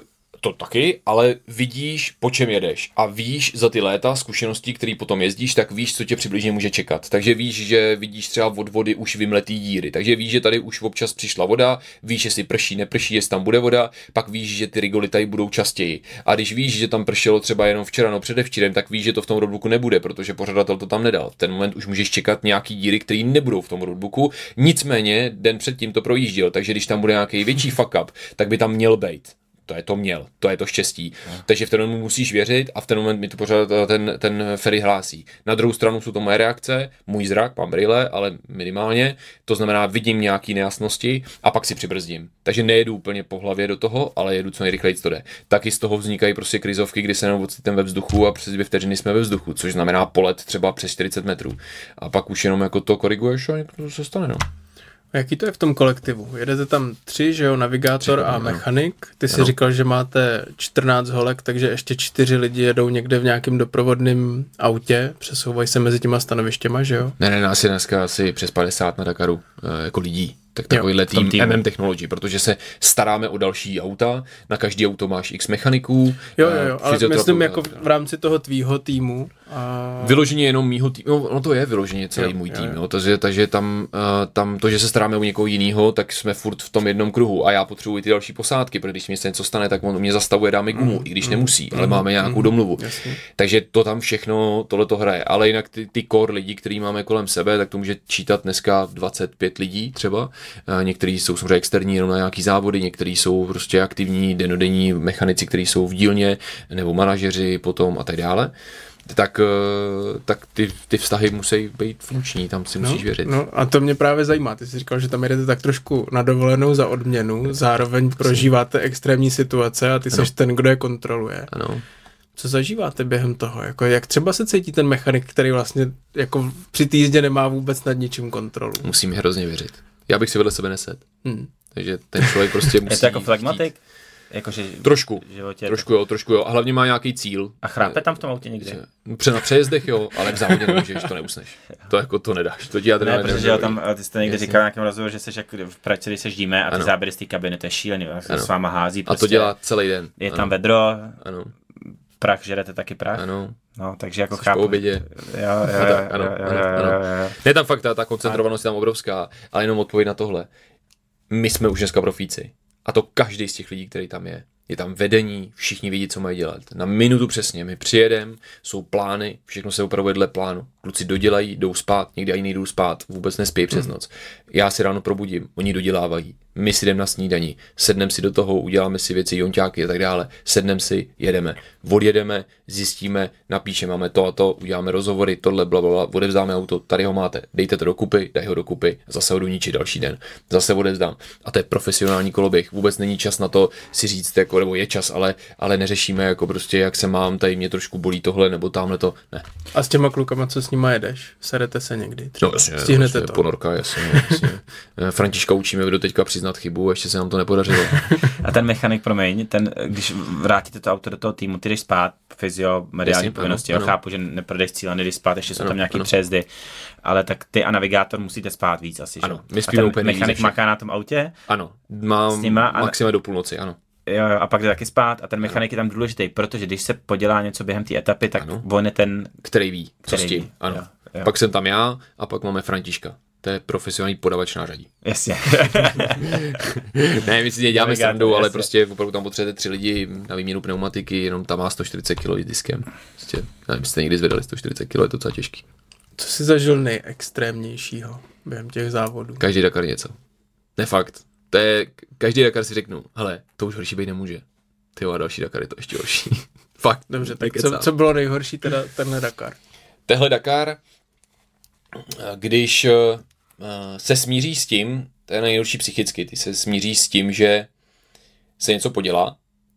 to taky, ale vidíš, po čem jedeš a víš za ty léta zkušeností, který potom jezdíš, tak víš, co tě přibližně může čekat. Takže víš, že vidíš třeba od vody už vymletý díry. Takže víš, že tady už občas přišla voda, víš, jestli prší, neprší, jestli tam bude voda, pak víš, že ty rigoly tady budou častěji. A když víš, že tam pršelo třeba jenom včera, no předevčírem, tak víš, že to v tom roadbooku nebude, protože pořadatel to tam nedal. V ten moment už můžeš čekat nějaký díry, které nebudou v tom roadbooku. Nicméně den předtím to projížděl, takže když tam bude nějaký větší fuck up, tak by tam měl být. To je to měl, to je to štěstí. No. Takže v ten moment musíš věřit a v ten moment mi to pořád ten, ten Ferry hlásí. Na druhou stranu jsou to moje reakce, můj zrak, mám brýle, ale minimálně, to znamená vidím nějaký nejasnosti a pak si přibrzdím. Takže nejedu úplně po hlavě do toho, ale jedu co nejrychleji to jde. Taky z toho vznikají prostě krizovky, kdy se jenom ocitím ve vzduchu a přes dvě vteřiny jsme ve vzduchu, což znamená polet třeba přes čtyřicet metrů. A pak už jenom jako to koriguješ a to se stane, no. A jaký to je v tom kolektivu? Jedete tam tři, že jo, navigátor tři, a mechanik. Ty jsi ano. říkal, že máte čtrnáct holek, takže ještě čtyři lidi jedou někde v nějakém doprovodném autě, přesouvají se mezi těma stanovištěma, že jo? Ne, ne, nás je dneska asi přes padesát na Dakaru jako lidí. Tak takovýhle tým M M Technology, protože se staráme o další auta, na každý auto máš x mechaniků. Jo, jo, jo, ale myslím jako v rámci toho tvýho týmu. A... Vyloženě jenom mýho týmu, no, no to je vyloženě celý jo, můj tým, jo, jo. Jo, takže, takže tam, uh, tam to, že se staráme o někoho jiného, tak jsme furt v tom jednom kruhu a já potřebuji ty další posádky, protože když mi se něco stane, tak on mě zastavuje, dá mi gumu, mm, i když mm, nemusí, mm, ale máme nějakou mm, domluvu. Jasně. Takže to tam všechno, tohle to hraje, ale jinak ty, ty core lidi, který máme kolem sebe, tak to může čítat dneska dvacet pět lidí třeba. Někteří jsou samozřejmě externí jenom na nějaký závody, někteří jsou prostě aktivní, denodenní mechanici, kteří jsou v dílně, nebo manažeři potom a tak dále. Tak, tak ty, ty vztahy musí být funkční, tam si musíš no, věřit. No a to mě právě zajímá. Ty jsi říkal, že tam jedete tak trošku na dovolenou za odměnu, zároveň prožíváte extrémní situace a ty ano. Seš ten, kdo je kontroluje. Ano. Co zažíváte během toho? Jako, jak třeba se cítí ten mechanik, který vlastně jako při té jízdě nemá vůbec nad ničím kontrolu? Musím hrozně věřit. Já bych si vedle sebe neset. Hmm. Takže ten člověk prostě musí... Je to jako flagmatik? Jakože trošku, trošku jo, trošku jo. A hlavně má nějaký cíl. A chrápe tam v tom autě někde? Pře na přejezdech jo, ale v závodě nemůžeš, to neusneš. To jako to nedáš. To ti já ne, protože jo, tam, ty jste někde Jasně. říkal nějakém rozhovoru, že seš jak v Pražce, když se ždíme a ty ano. záběry z té kabiny, to je šílený, se s váma hází. Prostě. A to dělá celý den. Je ano. tam vedro, ano. prach, žerete taky prach. Ano. No, takže jako Jsi chápu. po obědě. Jo, jo, jo, ano, jo, ano, jo, ano. jo, jo. Ne, tam fakt ta, ta koncentrovanost je tam obrovská, ale jenom odpověď na tohle. My jsme už dneska profíci. A to každý z těch lidí, který tam je. Je tam vedení, všichni vidí, co mají dělat. Na minutu přesně, my přijedeme, jsou plány, všechno se upravuje dle plánu. Kluci dodělají, jdou spát, někdy ani nejdou spát, vůbec nespějí přes noc. Já si ráno probudím, oni dodělávají, my si jdeme na snídani, sedneme si do toho, uděláme si věci, jonťáky a tak dále, sedneme si, jedeme, odjedeme, zjistíme, napíšeme, máme to a to, uděláme rozhovory, tohle, blablabla, odevzdáme auto, tady ho máte, dejte to dokupy, daj ho dokupy, zase ho doničit další den, zase odevzdám. A to je profesionální koloběh, vůbec není čas na to si říct, jako, nebo je čas, ale, ale neřešíme, jako prostě, jak se mám, tady mě trošku bolí tohle, nebo tamhle to, ne. A s těma klukama, co s nima jedeš? Serete se někdy? Třeba? No jasně, stihnete jasně, to? Ponorka, jasně, jasně. Františka učíme do teďka přiznat chybu, ještě se nám to nepodařilo. A ten mechanik, promiň, ten, když vrátíte to auto do toho týmu, ty jdeš spát, fyzio, mediální jasně, povinnosti, ano, jo, ano. Chápu, že neprodeš cíle, nejdeš spát, ještě jsou ano, tam nějaký ano. přejezdy, ale tak ty a navigátor musíte spát víc asi, ano, že? My spíme a ten mechanik maká na tom autě? Ano, mám a... maximum do půlnoci, ano. Jo, jo, a pak jde taky spát a ten mechanik ano. je tam důležitý, protože když se podělá něco během té etapy, tak ano. on je ten, který ví, co s tím, ano. Jo, jo. Pak jsem tam já a pak máme Františka. To je profesionální podavač nářadí. Jasně. Ne, my si děláme srandu, ale jasně. prostě opravdu tam potřebujete tři lidi na výměnu pneumatiky, jenom tam má sto čtyřicet kilo s diskem. Prostě, nevím, jste někdy zvedali sto čtyřicet kilo, je to docela těžký. Co jsi zažil nejextrémnějšího během těch závodů? Každý Dakar něco. Ne fakt. To je, každý Dakar si řeknu, hele, to už horší být nemůže. Ty jo, a další Dakar je to ještě horší. Fakt. Dobře, tak co, co bylo nejhorší teda tenhle Dakar? Tehle Dakar, když uh, se smíříš s tím, to je nejhorší psychicky, ty se smíříš s tím, že se něco podělá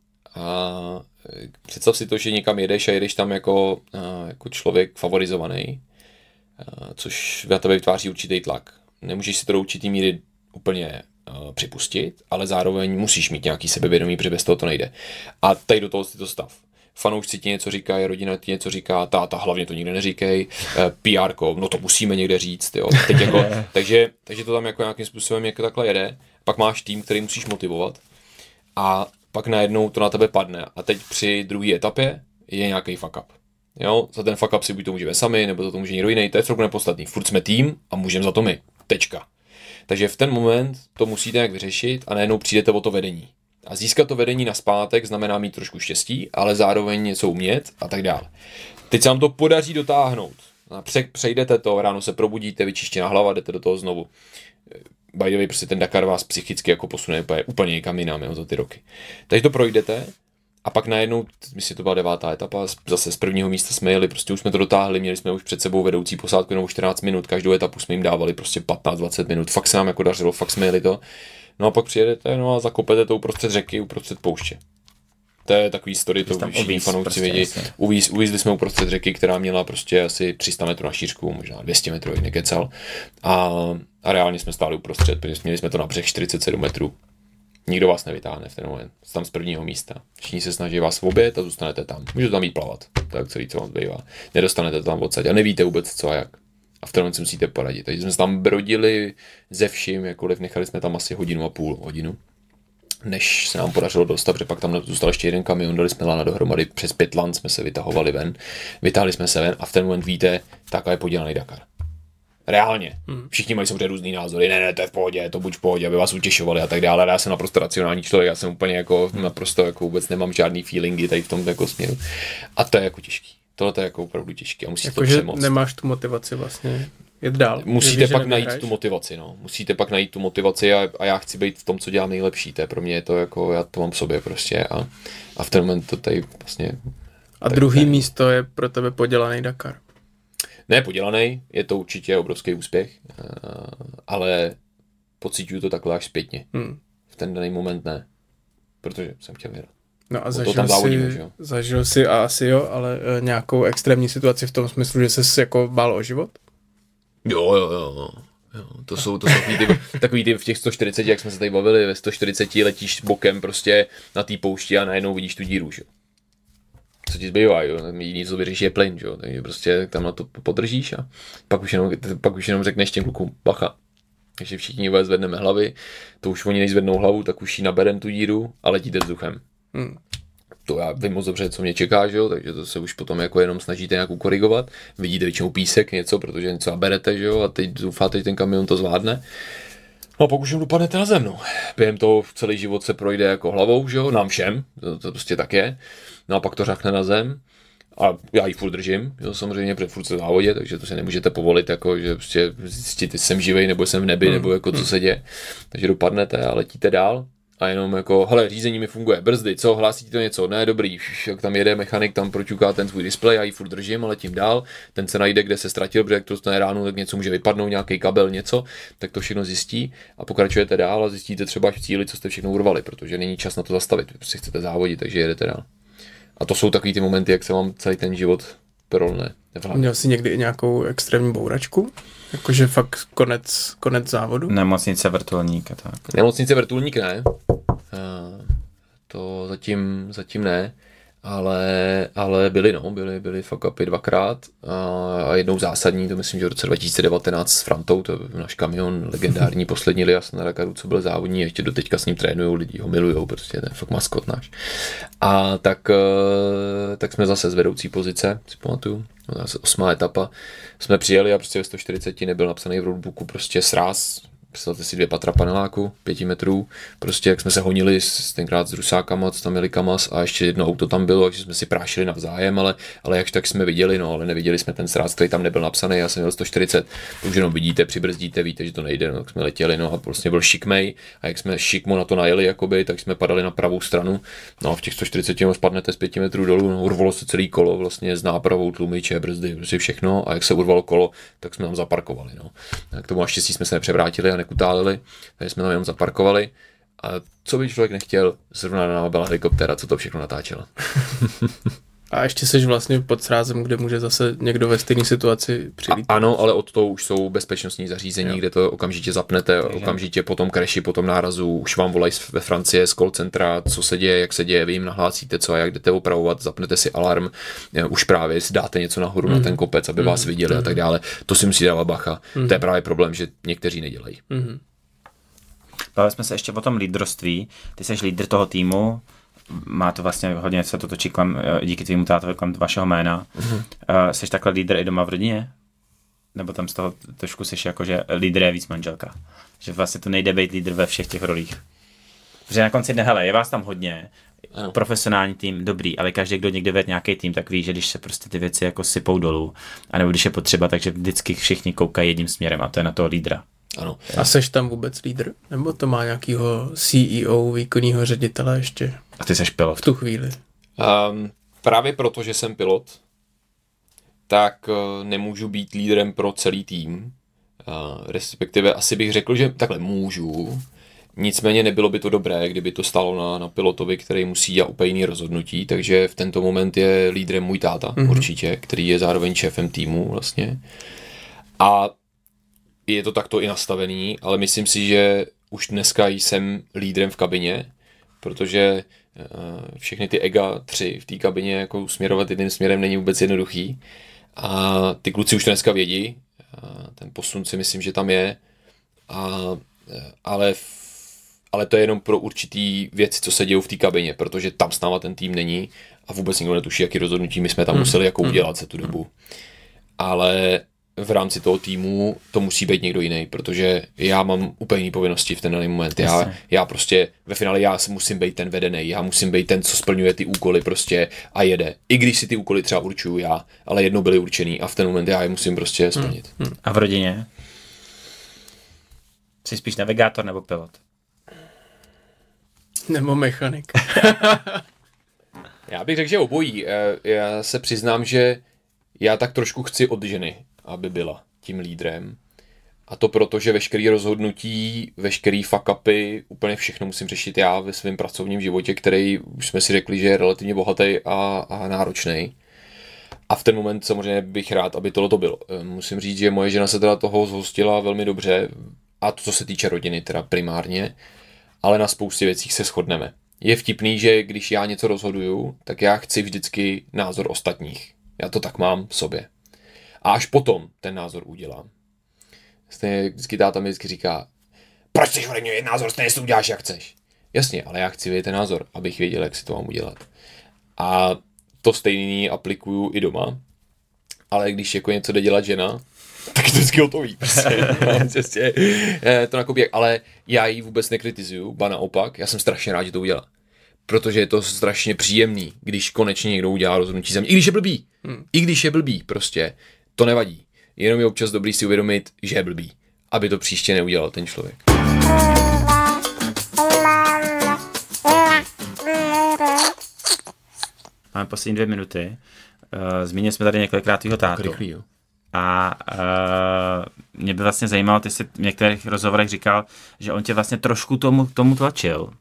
a představ si to, že někam jedeš a jedeš tam jako, uh, jako člověk favorizovaný, uh, což na tebe vytváří určitý tlak. Nemůžeš si to do určitý míry úplně uh, připustit, ale zároveň musíš mít nějaký sebevědomí, protože bez toho to nejde. A tady do toho si to stav. Fanoušci ti něco říkají, rodina ti něco říká, táta, hlavně to nikde neříkej, P R ko, no to musíme někde říct, jo. Teď jako, takže, takže to tam jako nějakým způsobem jako takhle jede, pak máš tým, který musíš motivovat a pak najednou to na tebe padne a teď při druhé etapě je nějaký fuck up. Jo, za ten fuck up si buď to můžeme sami, nebo za to může někdo jiný, to je trochu nepodstatný. Furt jsme tým a můžeme za to my. Tečka. Takže v ten moment to musíte nějak vyřešit a najednou přijdete o to vedení. A získat to vedení nazpátek znamená mít trošku štěstí, ale zároveň něco umět a tak dále. Teď se vám to podaří dotáhnout. Přejdete to, ráno se probudíte, vyčištěná hlava, jdete do toho znovu. By the way, prostě ten Dakar vás psychicky jako posune úplně někam jinam, jo, za ty roky. Takže to projdete a pak najednou, myslím, to byla devátá etapa, zase z prvního místa jsme jeli, prostě už jsme to dotáhli, měli jsme už před sebou vedoucí posádku jenom čtrnáct minut, každou etapu jsme jim dávali prostě patnáct dvacet minut, fakt se nám jako dařilo, fakt jsme jeli to. No a pak přijedete, no a zakopete to uprostřed řeky, uprostřed pouště. To je takový story, to všichni fanoušci prostě, vědí. Uvíz, uvízli jsme uprostřed řeky, která měla prostě asi tři sta metrů na šířku, možná dvě stě metrů, nekecal. A, a reálně jsme stáli uprostřed, protože měli jsme to na břeh čtyřicet sedm metrů. Nikdo vás nevytáhne v ten moment. Jste tam z prvního místa. Všichni se snaží vás obět a zůstanete tam. Můžete tam jít plavat. Tak celý, co vám zbývá. Nedostanete to tam odsaď a nevíte vůbec co a jak. A v ten moment si musíte poradit. Takže jsme se tam brodili ze vším, jakkoliv nechali jsme tam asi hodinu a půl hodinu, než se nám podařilo dostat, protože pak tam zůstal ještě jeden kamion, dali jsme lana dohromady, přes pět lan jsme se vytahovali ven, vytáhli jsme se ven a v ten moment víte, takhle je podělaný Dakar. Reálně. Všichni mají samozřejmě různý názory, ne, ne, to je v pohodě, to buď v pohodě, aby vás utěšovali a tak dále. Já jsem naprosto racionální člověk, já jsem úplně jako naprosto jako vůbec nemám žádný feelingy tady v tom jako směru. A to je jako těžký. Tohle je jako opravdu těžký a musíte jako, to že přemoct. Nemáš tu motivaci vlastně jet dál. Musíte Nevíš, pak najít tu motivaci, no. Musíte pak najít tu motivaci a, a já chci být v tom, co dělám nejlepší. To je pro mě je to jako, já to mám v sobě prostě a, a v ten moment to tady vlastně... A druhý místo je pro tebe podělaný Dakar. Ne podělaný, je to určitě obrovský úspěch, ale pociťuju to takhle až zpětně. Hmm. V ten daný moment ne, protože jsem chtěl vyhrát. No a to zažil, tam závodíme, si, že jo? zažil si a asi jo, ale e, nějakou extrémní situaci v tom smyslu, že ses jako bál o život? Jo, jo, jo. jo. To jsou, to jsou takový, ty, takový ty v těch sto čtyřiceti, jak jsme se tady bavili, ve sto čtyřiceti letíš bokem prostě na té poušti a najednou vidíš tu díru, že jo. Co ti zbývá, jo, jediný, co vyřeší, je plyn, jo, takže prostě tam na to podržíš a pak už jenom, pak už jenom řekneš těm klukům, bacha. Takže všichni vůbec zvedneme hlavy, to už oni nejzvednou hlavu, tak už ji naberem tu díru a letíte vzduchem. Hmm. To já vím moc dobře, co mě čeká, že jo, takže to se už potom jako jenom snažíte nějak ukorigovat. Vidíte většinou písek, něco, protože něco naberete, že jo, a teď doufáte, že ten kamion to zvládne. No a pak už jim dopadnete na zem, no. Během toho celý život se projde jako hlavou, že jo, nám všem, to, to prostě tak je. No a pak to řachne na zem. A já ji furt držím, jo, samozřejmě, protože furt se v závodě, takže to se nemůžete povolit, jako, že prostě zjistíte, jsem živej, nebo jsem v nebi, hmm. nebo jako co se děje. Takže dopadnete a letíte dál. A jenom jako, hele, řízení mi funguje, brzdy, co, hlásí to něco, ne, dobrý, jak tam jede mechanik, tam proťuká ten svůj displej, já ji furt držím a letím dál, ten se najde, kde se ztratil, protože jak to stane ráno, tak něco může vypadnout, nějaký kabel, něco, tak to všechno zjistí a pokračujete dál a zjistíte třeba až v cíli, co jste všechno urvali, protože není čas na to zastavit, protože chcete závodit, takže jedete dál. A to jsou takový ty momenty, jak se vám celý ten život prolne. Měl jsi někdy i nějakou extrémní bouračku? Jakože fakt konec, konec závodu? Nemocnice, vrtulník a tak. Nemocnice, vrtulník ne. To zatím, zatím ne. ale, ale byly, no, byly, byly fuck upy dvakrát a jednou zásadní, to myslím, že v roce dva tisíce devatenáct s Frantou, to je náš kamion, legendární poslední Lias na Dakaru, co byl závodní, ještě doteďka s ním trénujou, lidi ho milujou, prostě ten fakt maskot náš. A tak, tak jsme zase z vedoucí pozice, si pamatuju, zase osmá etapa, jsme přijeli a prostě ve sto čtyřicet nebyl napsaný v roadbooku prostě sráz, představte si dvě patra paneláku, pěti metrů, prostě jak jsme se honili s, tenkrát s Rusákama, co tam měli Kamaz a ještě jedno auto tam bylo, takže jsme si prášili navzájem, ale, ale jakž tak jsme viděli, no, ale neviděli jsme ten sráz, který tam nebyl napsaný, já jsem měl sto čtyřicet, to už jenom vidíte, přibrzdíte, víte, že to nejde, no, tak jsme letěli, no a prostě byl šikmej a jak jsme šikmo na to najeli, jakoby, tak jsme padali na pravou stranu, no a v těch sto čtyřicet no, spadnete z pěti metrů dolů, no, urvalo se celý kolo, vlastně s nápravou, tlumiče, brzdy, prostě všechno a jak se urvalo kolo, tak jsme tam zaparkovali, no. A k tomu naštěstí jsme se nepřevrátili a nekutálili, takže jsme tam jenom zaparkovali a co by člověk nechtěl, zrovna na náma byla helikoptéra, co to všechno natáčela. A ještě seš vlastně pod srázem, kde může zase někdo ve stejné situaci přivít. A, ano, ale od toho už jsou bezpečnostní zařízení, jo. Kde to okamžitě zapnete, takže okamžitě po tom crashi, po tom nárazu, už vám volají ve Francii z call centra, co se děje, jak se děje, vy jim nahlásíte co a jak jdete opravovat, zapnete si alarm, už právě si dáte něco nahoru mm. na ten kopec, aby mm. vás viděli mm. a tak dále. To si musí dávat bacha. Mm. To je právě problém, že někteří nedělají. Mm. Bavili jsme se ještě o tom lídroství. Ty jsi lídr toho týmu, má to vlastně hodně se to točí kolem, díky tvýmu tátovi kolem vašeho jména. Mm-hmm. Uh, jsi takhle lídr i doma v rodině? Nebo tam z toho trošku jsi jako, že lídr je víc manželka? Že vlastně to nejde být lídr ve všech těch rolích. Protože na konci dne, hele, je vás tam hodně, ano. Profesionální tým, dobrý, ale každý, kdo někde vede nějaký tým, tak ví, že když se prostě ty věci jako sypou dolů, anebo když je potřeba, takže vždycky všichni koukají jedním směrem a to je na toho lídra. Ano. A seš tam vůbec lídr? Nebo to má nějakýho C E O, výkonného ředitele ještě? A ty seš pilot. V tu chvíli. Um, právě proto, že jsem pilot, tak uh, nemůžu být lídrem pro celý tým. Uh, respektive asi bych řekl, že takhle můžu. Nicméně nebylo by to dobré, kdyby to stalo na, na pilotovi, který musí dělat úplně jiný rozhodnutí, takže v tento moment je lídrem můj táta, mm-hmm. určitě, který je zároveň šéfem týmu vlastně. A je to takto i nastavený, ale myslím si, že už dneska jsem lídrem v kabině, protože všechny ty ega tři v té kabině jako směrovat jedným směrem není vůbec jednoduchý. A ty kluci už dneska vědí, ten posun si myslím, že tam je, a, ale, ale to je jenom pro určitý věci, co se dějou v té kabině, protože tam s náma ten tým není a vůbec nikdo netuší, jaký rozhodnutí my jsme tam museli jako udělat za tu dobu. Ale v rámci toho týmu to musí být někdo jiný, protože já mám úplně jiné povinnosti v ten daný moment. Já, já prostě ve finále já musím být ten vedený, já musím být ten, co splňuje ty úkoly prostě a jede. I když si ty úkoly třeba určuju já, ale jednou byly určený a v ten moment já je musím prostě splnit. Hmm. Hmm. A v rodině? Jsi spíš navigátor nebo pilot? Nebo mechanik. Já bych řekl, že obojí. Já se přiznám, že já tak trošku chci od ženy, aby byla tím lídrem. A to proto, že veškerý rozhodnutí, veškerý fuck upy, úplně všechno musím řešit já ve svém pracovním životě, který už jsme si řekli, že je relativně bohatý a, a náročný. A v ten moment samozřejmě bych rád, aby tohle to bylo. Musím říct, že moje žena se teda toho zhostila velmi dobře, a to, co se týče rodiny teda primárně, ale na spoustě věcí se shodneme. Je vtipný, že když já něco rozhoduju, tak já chci vždycky názor ostatních. Já to tak mám v sobě. A až potom ten názor udělám. Stejně vždycky táta mi vždycky říká, proč chceš ode mě názor, stejně si to uděláš, jak chceš. Jasně, ale já chci vědět ten názor, abych věděl, jak si to mám udělat. A to stejný aplikuju i doma, ale když jako něco jde dělat žena, tak to vždycky hotový. Prostě, to nakopí, ale já ji vůbec nekritizuju, ba naopak, já jsem strašně rád, že to udělá. Protože je to strašně příjemný, když konečně někdo udělá rozhodnutí za mě. I když je blbý. Hmm. I když je blbý, prostě. To nevadí. Jenom je občas dobrý si uvědomit, že je blbý. Aby to příště neudělal ten člověk. Máme poslední dvě minuty. Zmínili jsme tady několikrát tvýho tátu. Rychlý, jo. A uh, mě by vlastně zajímalo, ty jsi v některých rozhovorech říkal, že on tě vlastně trošku tomu, tomu tlačil.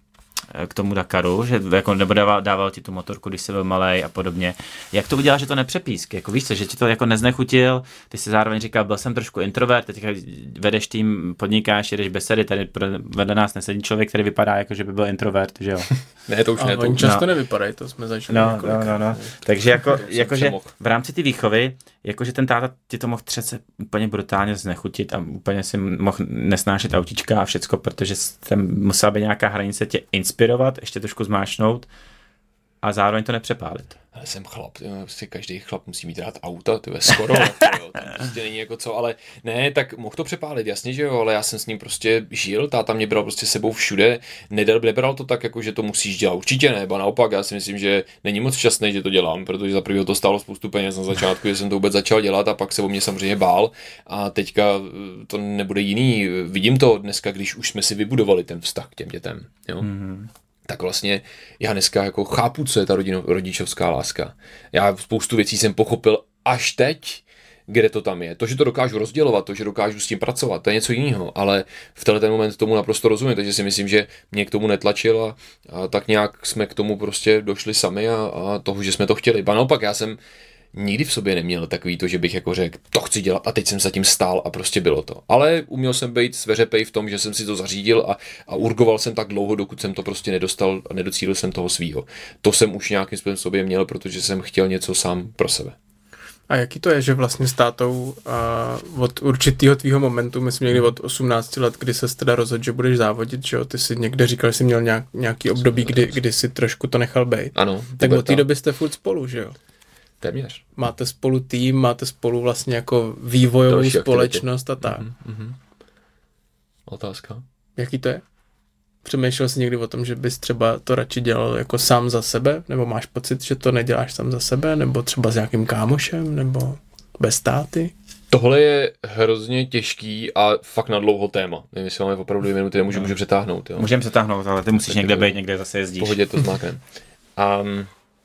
k tomu Dakaru, že jako nebo dával, dával ti tu motorku, když jsi byl malej a podobně. Jak to udělal, že to nepřepísk? Jako víš co, že ti to jako neznechutil, ty jsi zároveň říkal, byl jsem trošku introvert, teď vedeš tým, podnikáš, jedeš besedy, tady vedle nás nesedí člověk, který vypadá jako, že by byl introvert, že jo? Ne, to už a ne. To oni už často no. nevypadají, to jsme začali no, několikrát. no, no, no. Takže jako, jakože přemohl. v rámci ty výchovy, jakože ten táta ti to mohl třeba úplně brutálně znechutit a úplně si mohl nesnášet autíčka a všecko, protože tam musela být nějaká hranice tě inspirovat, ještě trošku zmáčnout a zároveň to nepřepálit. Ale jsem chlap, jo, prostě každý chlap musí mít rád auta, to je skoro, to, jo, to prostě není jako co, ale ne, tak mohl to přepálit, jasně, že jo, ale já jsem s ním prostě žil, táta mě bral prostě sebou všude, nedal, nebral to tak, jako že to musíš dělat, určitě ne, ba naopak, já si myslím, že není moc šťastný, že to dělám, protože za prvního to stálo spoustu peněz na začátku, že jsem to vůbec začal dělat a pak se o mě samozřejmě bál a teďka to nebude jiný, vidím to dneska, když už jsme si vybudovali ten vztah k těm dětem, jo. Mm-hmm. Tak vlastně já dneska jako chápu, co je ta rodino, rodičovská láska. Já spoustu věcí jsem pochopil až teď, kde to tam je. To, že to dokážu rozdělovat, to, že dokážu s tím pracovat, to je něco jiného, ale v tenhle ten moment tomu naprosto rozumím, takže si myslím, že mě k tomu netlačil a, a tak nějak jsme k tomu prostě došli sami a, a toho, že jsme to chtěli. Ba naopak, já jsem nikdy v sobě neměl takový to, že bych jako řekl, to chci dělat a teď jsem za tím stál a prostě bylo to. Ale uměl jsem být sveřepej v tom, že jsem si to zařídil a, a urgoval jsem tak dlouho, dokud jsem to prostě nedostal a nedocílil jsem toho svýho. To jsem už nějakým způsobem v sobě měl, protože jsem chtěl něco sám pro sebe. A jaký to je, že vlastně s tátou a od určitýho tvýho momentu, myslím někdy od osmnácti let, kdy ses teda rozhodl, že budeš závodit, že jo, ty si někde říkal, že jsi měl nějak, nějaký období, kdy, kdy si trošku to nechal bejt. Ano. Tak od té doby jste furt spolu, že jo? Téměř. Máte spolu tým, máte spolu vlastně jako vývojovou Další společnost aktivitě. A tak. Mm-hmm, mm-hmm. Otázka? Jaký to je? Přemýšlel jsi někdy o tom, že bys třeba to radši dělal jako sám za sebe? Nebo máš pocit, že to neděláš sám za sebe? Nebo třeba s nějakým kámošem? Nebo bez táty? Tohle je hrozně těžký a fakt na dlouho téma. Nevím, jestli máme opravdu dvě minuty, nemůžu, můžu přetáhnout. Jo? Můžeme přetáhnout, ale ty musíš tak někde být, někde zase jezdíš. V pohodě to zmáknem. Um,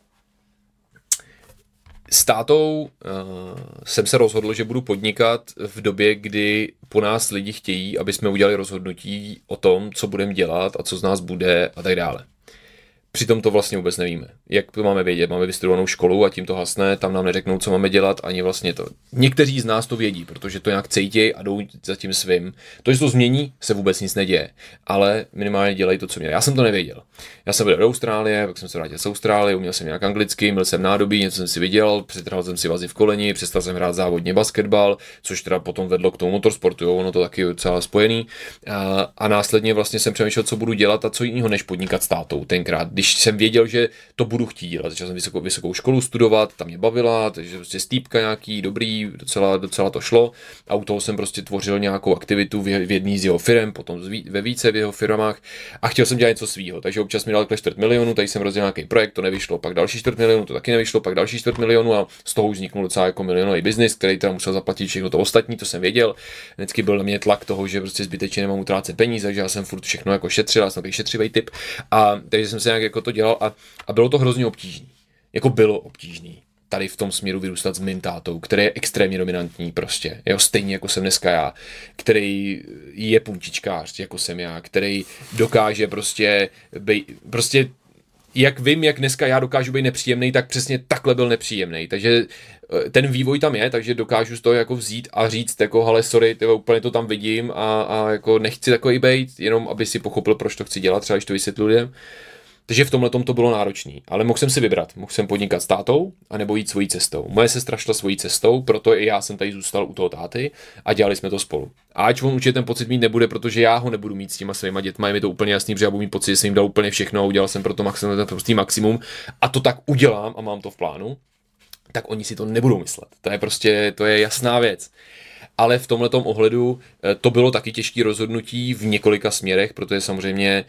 S tátou uh, jsem se rozhodl, že budu podnikat v době, kdy po nás lidi chtějí, aby jsme udělali rozhodnutí o tom, co budeme dělat a co z nás bude a tak dále. Přitom to vlastně vůbec nevíme. Jak to máme vědět? Máme vystudovanou školu a tím to hasne, tam nám neřeknou, co máme dělat, ani vlastně to. Někteří z nás to vědí, protože to nějak cítějí a jdou za tím svým. To, že to změní, se vůbec nic neděje, ale minimálně dělají to, co měli. Já jsem to nevěděl. Já jsem byl do Austrálie, pak jsem se vrátil z Austrálie, uměl jsem nějak anglicky, měl jsem nádobí, něco jsem si viděl, přetrhal jsem si vazy v koleni, přestal jsem hrát závodně basketbal, což teda potom vedlo k tomu motorsportu, jo, ono to taky je docela spojený. A, a následně vlastně jsem přemýšlel, co budu dělat a co jiného než podnikat s tátou tenkrát. Když jsem věděl, že to budu chtít dělat. Začal jsem vysokou, vysokou školu studovat, tam mě bavila, takže prostě stýpka nějaký, dobrý, docela, docela to šlo. A u toho jsem prostě tvořil nějakou aktivitu v, v jedný z jeho firem, potom ve více v jeho firmách a chtěl jsem dělat něco svýho. Takže občas mi dal takhle čtvrt milionu, tady jsem rozdělal nějaký projekt, to nevyšlo, pak další čtvrt milionu, to taky nevyšlo, pak další čtvrt milionu a z toho už vzniknul docela jako milionový biznis, který teda musel zaplatit všechno to ostatní, to jsem věděl. Vždycky byl na mě tlak toho, že prostě zbytečně nemám utrácet peníze, takže já jsem furt všechno jako šetřil, já jsem takový šetřivý typ. A takže jsem se nějak jako to dělal a, a bylo to hrozně obtížné. Jako bylo obtížné tady v tom směru vyrůstat s mým tátou, který je extrémně dominantní prostě, jo, stejně jako jsem dneska já, který je puntičkář, jako jsem já, který dokáže prostě bej, prostě jak vím, jak dneska já dokážu být nepříjemný, tak přesně takhle byl nepříjemný. Takže ten vývoj tam je, takže dokážu z toho jako vzít a říct jako hele, sorry, tyhle, úplně to tam vidím a, a jako nechci takový bejt, jenom aby si pochopil, proč to chci dělat, třeba když to vysvětlu lidem. Takže v tomhle tom to bylo náročný, ale mohl jsem si vybrat, mohl jsem podnikat s tátou, anebo jít svojí cestou. Moje sestra šla svojí cestou, proto i já jsem tady zůstal u toho táty a dělali jsme to spolu. A ať on určitě ten pocit mít nebude, protože já ho nebudu mít s těma svýma dětma, je mi to úplně jasný, protože já budu mít pocit, že jsem jim dal úplně všechno a udělal jsem pro to maximum, prostý maximum a to tak udělám a mám to v plánu, tak oni si to nebudou myslet. To je prostě, to je jasná věc. Ale v tomhletom ohledu to bylo taky těžké rozhodnutí v několika směrech, protože samozřejmě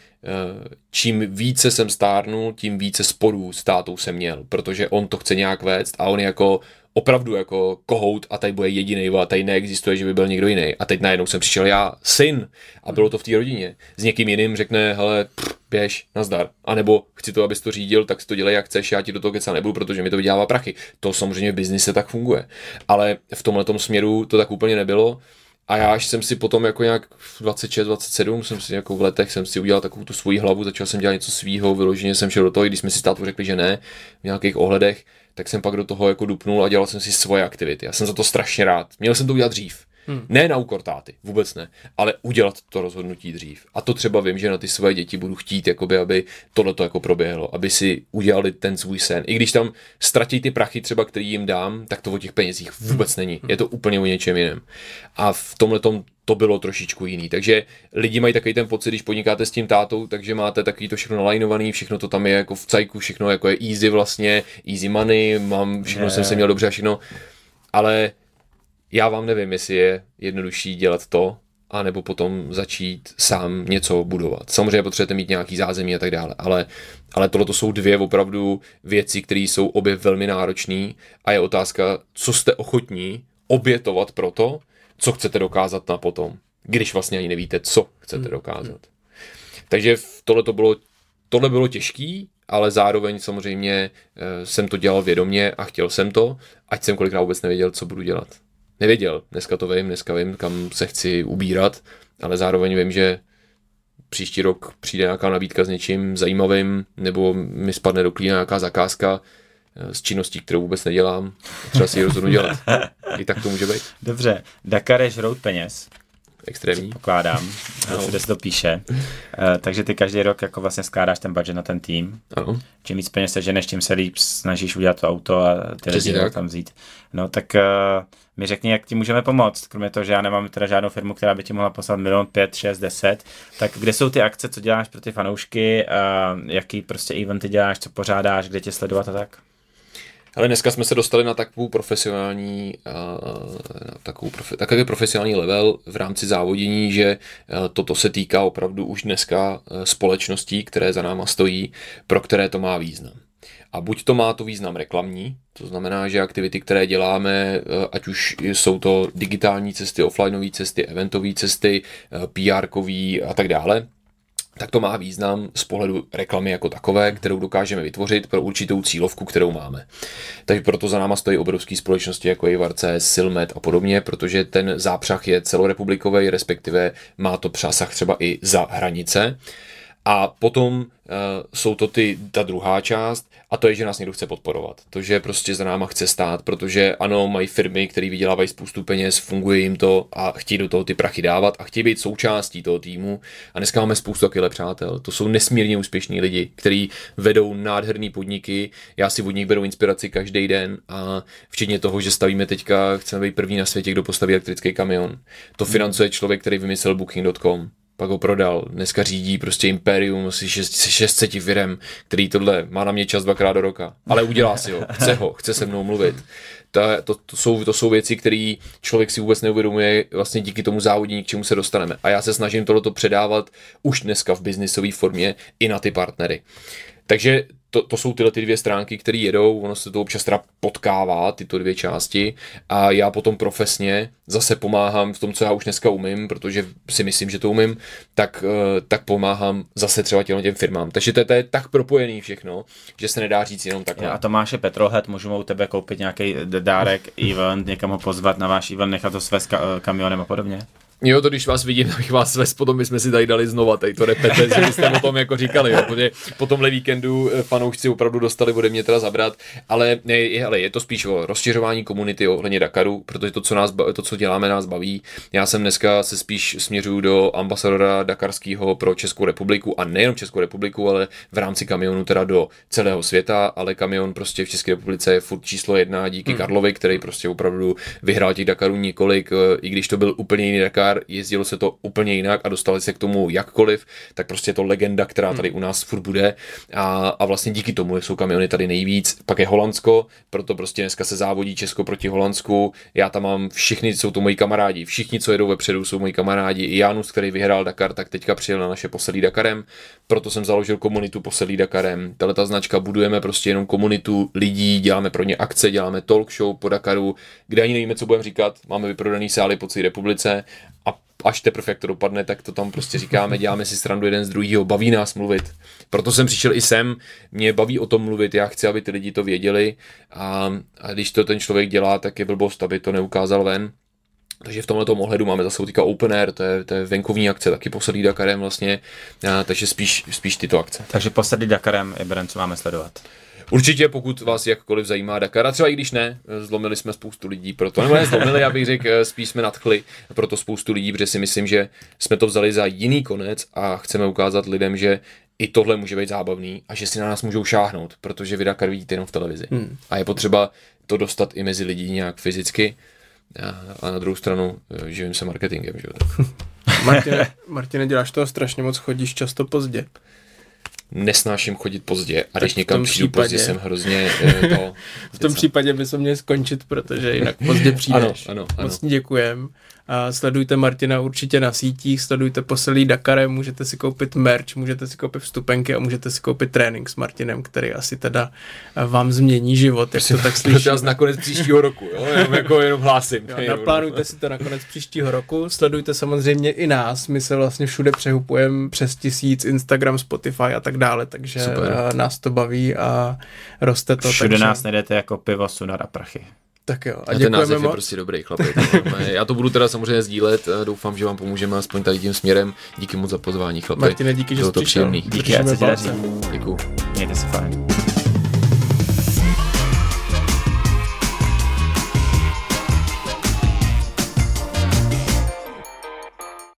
čím více jsem stárnul, tím více sporů s tátou jsem měl, protože on to chce nějak vést a on jako opravdu jako kohout a tady bude jedinej a tady neexistuje, že by byl někdo jiný. A teď najednou jsem přišel já, syn, a bylo to v té rodině. S někým jiným řekne, hele, pff, běž, nazdar. A nebo chci to, abys to řídil, tak si to dělej, jak chceš, já ti do toho kecat nebudu, protože mi to vydělává prachy. To samozřejmě v biznise tak funguje. Ale v tomhletom směru to tak úplně nebylo. A já až jsem si potom jako nějak v dvacet šest dvacet sedm jsem si jako v letech jsem si udělal takovou tu svoji hlavu, začal jsem dělat něco svýho, vyloženě jsem šel do toho, i když jsme si s tátou řekli, že ne, v nějakých ohledech, tak jsem pak do toho jako dupnul a dělal jsem si svoje aktivity. Já jsem za to strašně rád. Měl jsem to udělat dřív. Hmm. Ne na úkor táty, vůbec ne, ale udělat to rozhodnutí dřív. A to třeba vím, že na ty své děti budu chtít, jakoby, aby tohleto jako proběhlo, aby si udělali ten svůj sen. I když tam ztratí ty prachy třeba, který jim dám, tak to o těch penězích vůbec není. Je to úplně o něčem jiném. A v tomhletom to bylo trošičku jiný. Takže lidi mají takový ten pocit, když podnikáte s tím tátou, takže máte takový to všechno nalajnovaný, všechno to tam je jako v cajku, všechno jako je easy vlastně, easy money, mám, všechno je. Jsem se měl dobře a všechno, ale já vám nevím, jestli je jednodušší dělat to, anebo potom začít sám něco budovat. Samozřejmě potřebujete mít nějaký zázemí a tak dále, ale, ale tohle jsou dvě opravdu věci, které jsou obě velmi náročné a je otázka, co jste ochotní obětovat pro to, co chcete dokázat na potom, když vlastně ani nevíte, co chcete dokázat. Takže tohle to bylo, tohle bylo těžký, ale zároveň samozřejmě e, jsem to dělal vědomě a chtěl jsem to, ať jsem kolikrát vůbec nevěděl, co budu dělat. Nevěděl, dneska to vím, dneska vím, kam se chci ubírat, ale zároveň vím, že příští rok přijde nějaká nabídka s něčím zajímavým, nebo mi spadne do klína nějaká zakázka s činností, kterou vůbec nedělám. Třeba si ji rozhodnu dělat. I tak to může být. Dobře, Dakar je žrout peněz. Extrémní. Pokládám, no. Všude se to píše. Uh, takže ty každý rok jako vlastně skládáš ten budget na ten tým. Ano. Čím víc peněz seženeš, tím se líp snažíš udělat to auto a ty lidi tam vzít. No tak uh, mi řekni, jak ti můžeme pomoct, kromě toho, že já nemám teda žádnou firmu, která by ti mohla poslat milion, pět, šest, deset. Tak kde jsou ty akce, co děláš pro ty fanoušky, uh, jaký prostě eventy děláš, co pořádáš, kde tě sledovat a tak? Ale dneska jsme se dostali na takovou profesionální, na takovou profe, takový profesionální level v rámci závodění, že toto se týká opravdu už dneska společností, které za náma stojí, pro které to má význam. A buď to má to význam reklamní, to znamená, že aktivity, které děláme, ať už jsou to digitální cesty, offlineové cesty, eventové cesty, P R-kový a tak dále, tak to má význam z pohledu reklamy jako takové, kterou dokážeme vytvořit pro určitou cílovku, kterou máme. Takže proto za náma stojí obrovské společnosti jako Ivarce, Silmet a podobně, protože ten zápřah je celorepublikový, respektive má to přásah třeba i za hranice. A potom uh, jsou to ty, ta druhá část, a to je, že nás někdo chce podporovat. To, že prostě za náma chce stát, protože ano, mají firmy, které vydělávají spoustu peněz, funguje jim to a chtějí do toho ty prachy dávat a chtějí být součástí toho týmu. A dneska máme spoustu takových přátel. To jsou nesmírně úspěšní lidi, kteří vedou nádherný podniky. Já si od nich beru inspiraci každý den a včetně toho, že stavíme teďka, chceme být první na světě, kdo postaví elektrický kamion. To financuje člověk, který vymyslel booking tečka com. Pak ho prodal, dneska řídí prostě impérium asi šest set firem, který tohle má na mě čas dvakrát do roka, ale udělá si ho, chce ho, chce se mnou mluvit. To, to, to, jsou, to jsou věci, které člověk si vůbec neuvědomuje vlastně díky tomu závodění, k čemu se dostaneme. A já se snažím tohleto předávat už dneska v biznisové formě i na ty partnery. Takže to, to jsou tyhle ty dvě stránky, které jedou, ono se to občas teda potkává, tyto dvě části a já potom profesně zase pomáhám v tom, co já už dneska umím, protože si myslím, že to umím, tak, tak pomáhám zase třeba těm, těm firmám. Takže to, to je tak propojený všechno, že se nedá říct jenom takhle. A Tomáše Petrohled, můžu u tebe koupit nějaký dárek, event, někam ho pozvat na váš event, nechat to svést ka- kamionem a podobně? Jo, to když vás vidím, abych vás vez, potom bychom si tady dali znova, tady to repete, že byste o tom jako říkali, jo, protože po tomhle víkendu fanoušci opravdu dostali ode mě teda zabrat, ale, ne, ale je to spíš o rozšiřování komunity ohledně Dakaru, protože to co, nás, to, co děláme, nás baví. Já jsem dneska se spíš směřuju do ambasadora dakarského pro Českou republiku a nejenom Českou republiku, ale v rámci kamionu teda do celého světa, ale kamion prostě v České republice je furt číslo jedna díky hmm. Karlovi, který prostě opravdu vyhrál těch Dakarů několik, i když to byl úplně jiný Dakar, jezdilo se to úplně jinak a dostali se k tomu jakkoliv, tak prostě je to legenda, která tady u nás furt bude a, a vlastně díky tomu jsou kamiony tady nejvíc. Pak je Holandsko, proto prostě dneska se závodí Česko proti Holandsku. Já tam mám všichni, jsou to moji kamarádi, všichni, co jedou vepředu, jsou moji kamarádi. I Janus, který vyhrál Dakar, tak teďka přijel na naše Posedlí Dakarem, proto jsem založil komunitu Posedlí Dakarem. Tato značka budujeme prostě jenom komunitu lidí, děláme pro ně akce, děláme talk show po Dakaru, kde ani nevíme, co budeme říkat. Máme vyprodaný sály po celé republice. A až teprve jak to dopadne, tak to tam prostě říkáme, děláme si srandu jeden z druhýho, baví nás mluvit. Proto jsem přišel i sem, mě baví o tom mluvit, já chci, aby ty lidi to věděli a, a když to ten člověk dělá, tak je blbost, aby to neukázal ven. Takže v tomhletom ohledu máme zase teďka Open Air, to je, to je venkovní akce, taky posedlý Dakarem vlastně, a, takže spíš, spíš tyto akce. Takže posedlý Dakarem je brand, co máme sledovat. Určitě, pokud vás jakkoliv zajímá Dakar, a třeba i když ne, zlomili jsme spoustu lidí proto, nebo ne zlomili, já bych řekl, spíš jsme nadchli proto spoustu lidí, protože si myslím, že jsme to vzali za jiný konec a chceme ukázat lidem, že i tohle může být zábavný a že si na nás můžou šáhnout, protože vy Dakar vidíte jenom v televizi. Hmm. A je potřeba to dostat i mezi lidi nějak fyzicky a na druhou stranu živím se marketingem. Že? Martine, Martine, děláš toho strašně moc, chodíš často pozdě. Nesnáším chodit pozdě a když Tak někam přijdu případě, pozdě, jsem hrozně eh, to... V tom případě by se měl skončit, protože jinak pozdě přijdeš. Ano, ano, ano. Moc děkujem. A sledujte Martina určitě na sítích, sledujte Posedlý Dakarem, můžete si koupit merch, můžete si koupit vstupenky a můžete si koupit trénink s Martinem, který asi teda vám změní život, jak to tak slyším. To na konec příštího roku, jo? Jenom, jako, jenom hlásím. Jo, naplánujte si to na konec příštího roku, sledujte samozřejmě i nás, my se vlastně všude přehupujeme přes tisíc, Instagram, Spotify a tak dále, takže Super. Nás to baví a roste to. Všude takže... nás najdete jako Pivo, Sunar a Prachy. Tak jo, a, a ten název je prostě dobrý, chlapi. Já to budu teda samozřejmě sdílet, doufám, že vám pomůžeme aspoň tady tím směrem. Díky moc za pozvání, chlapi. Martine, díky, že jsi přišel. Díky, ať se ti daří. Děkuju. Mějte se fajn.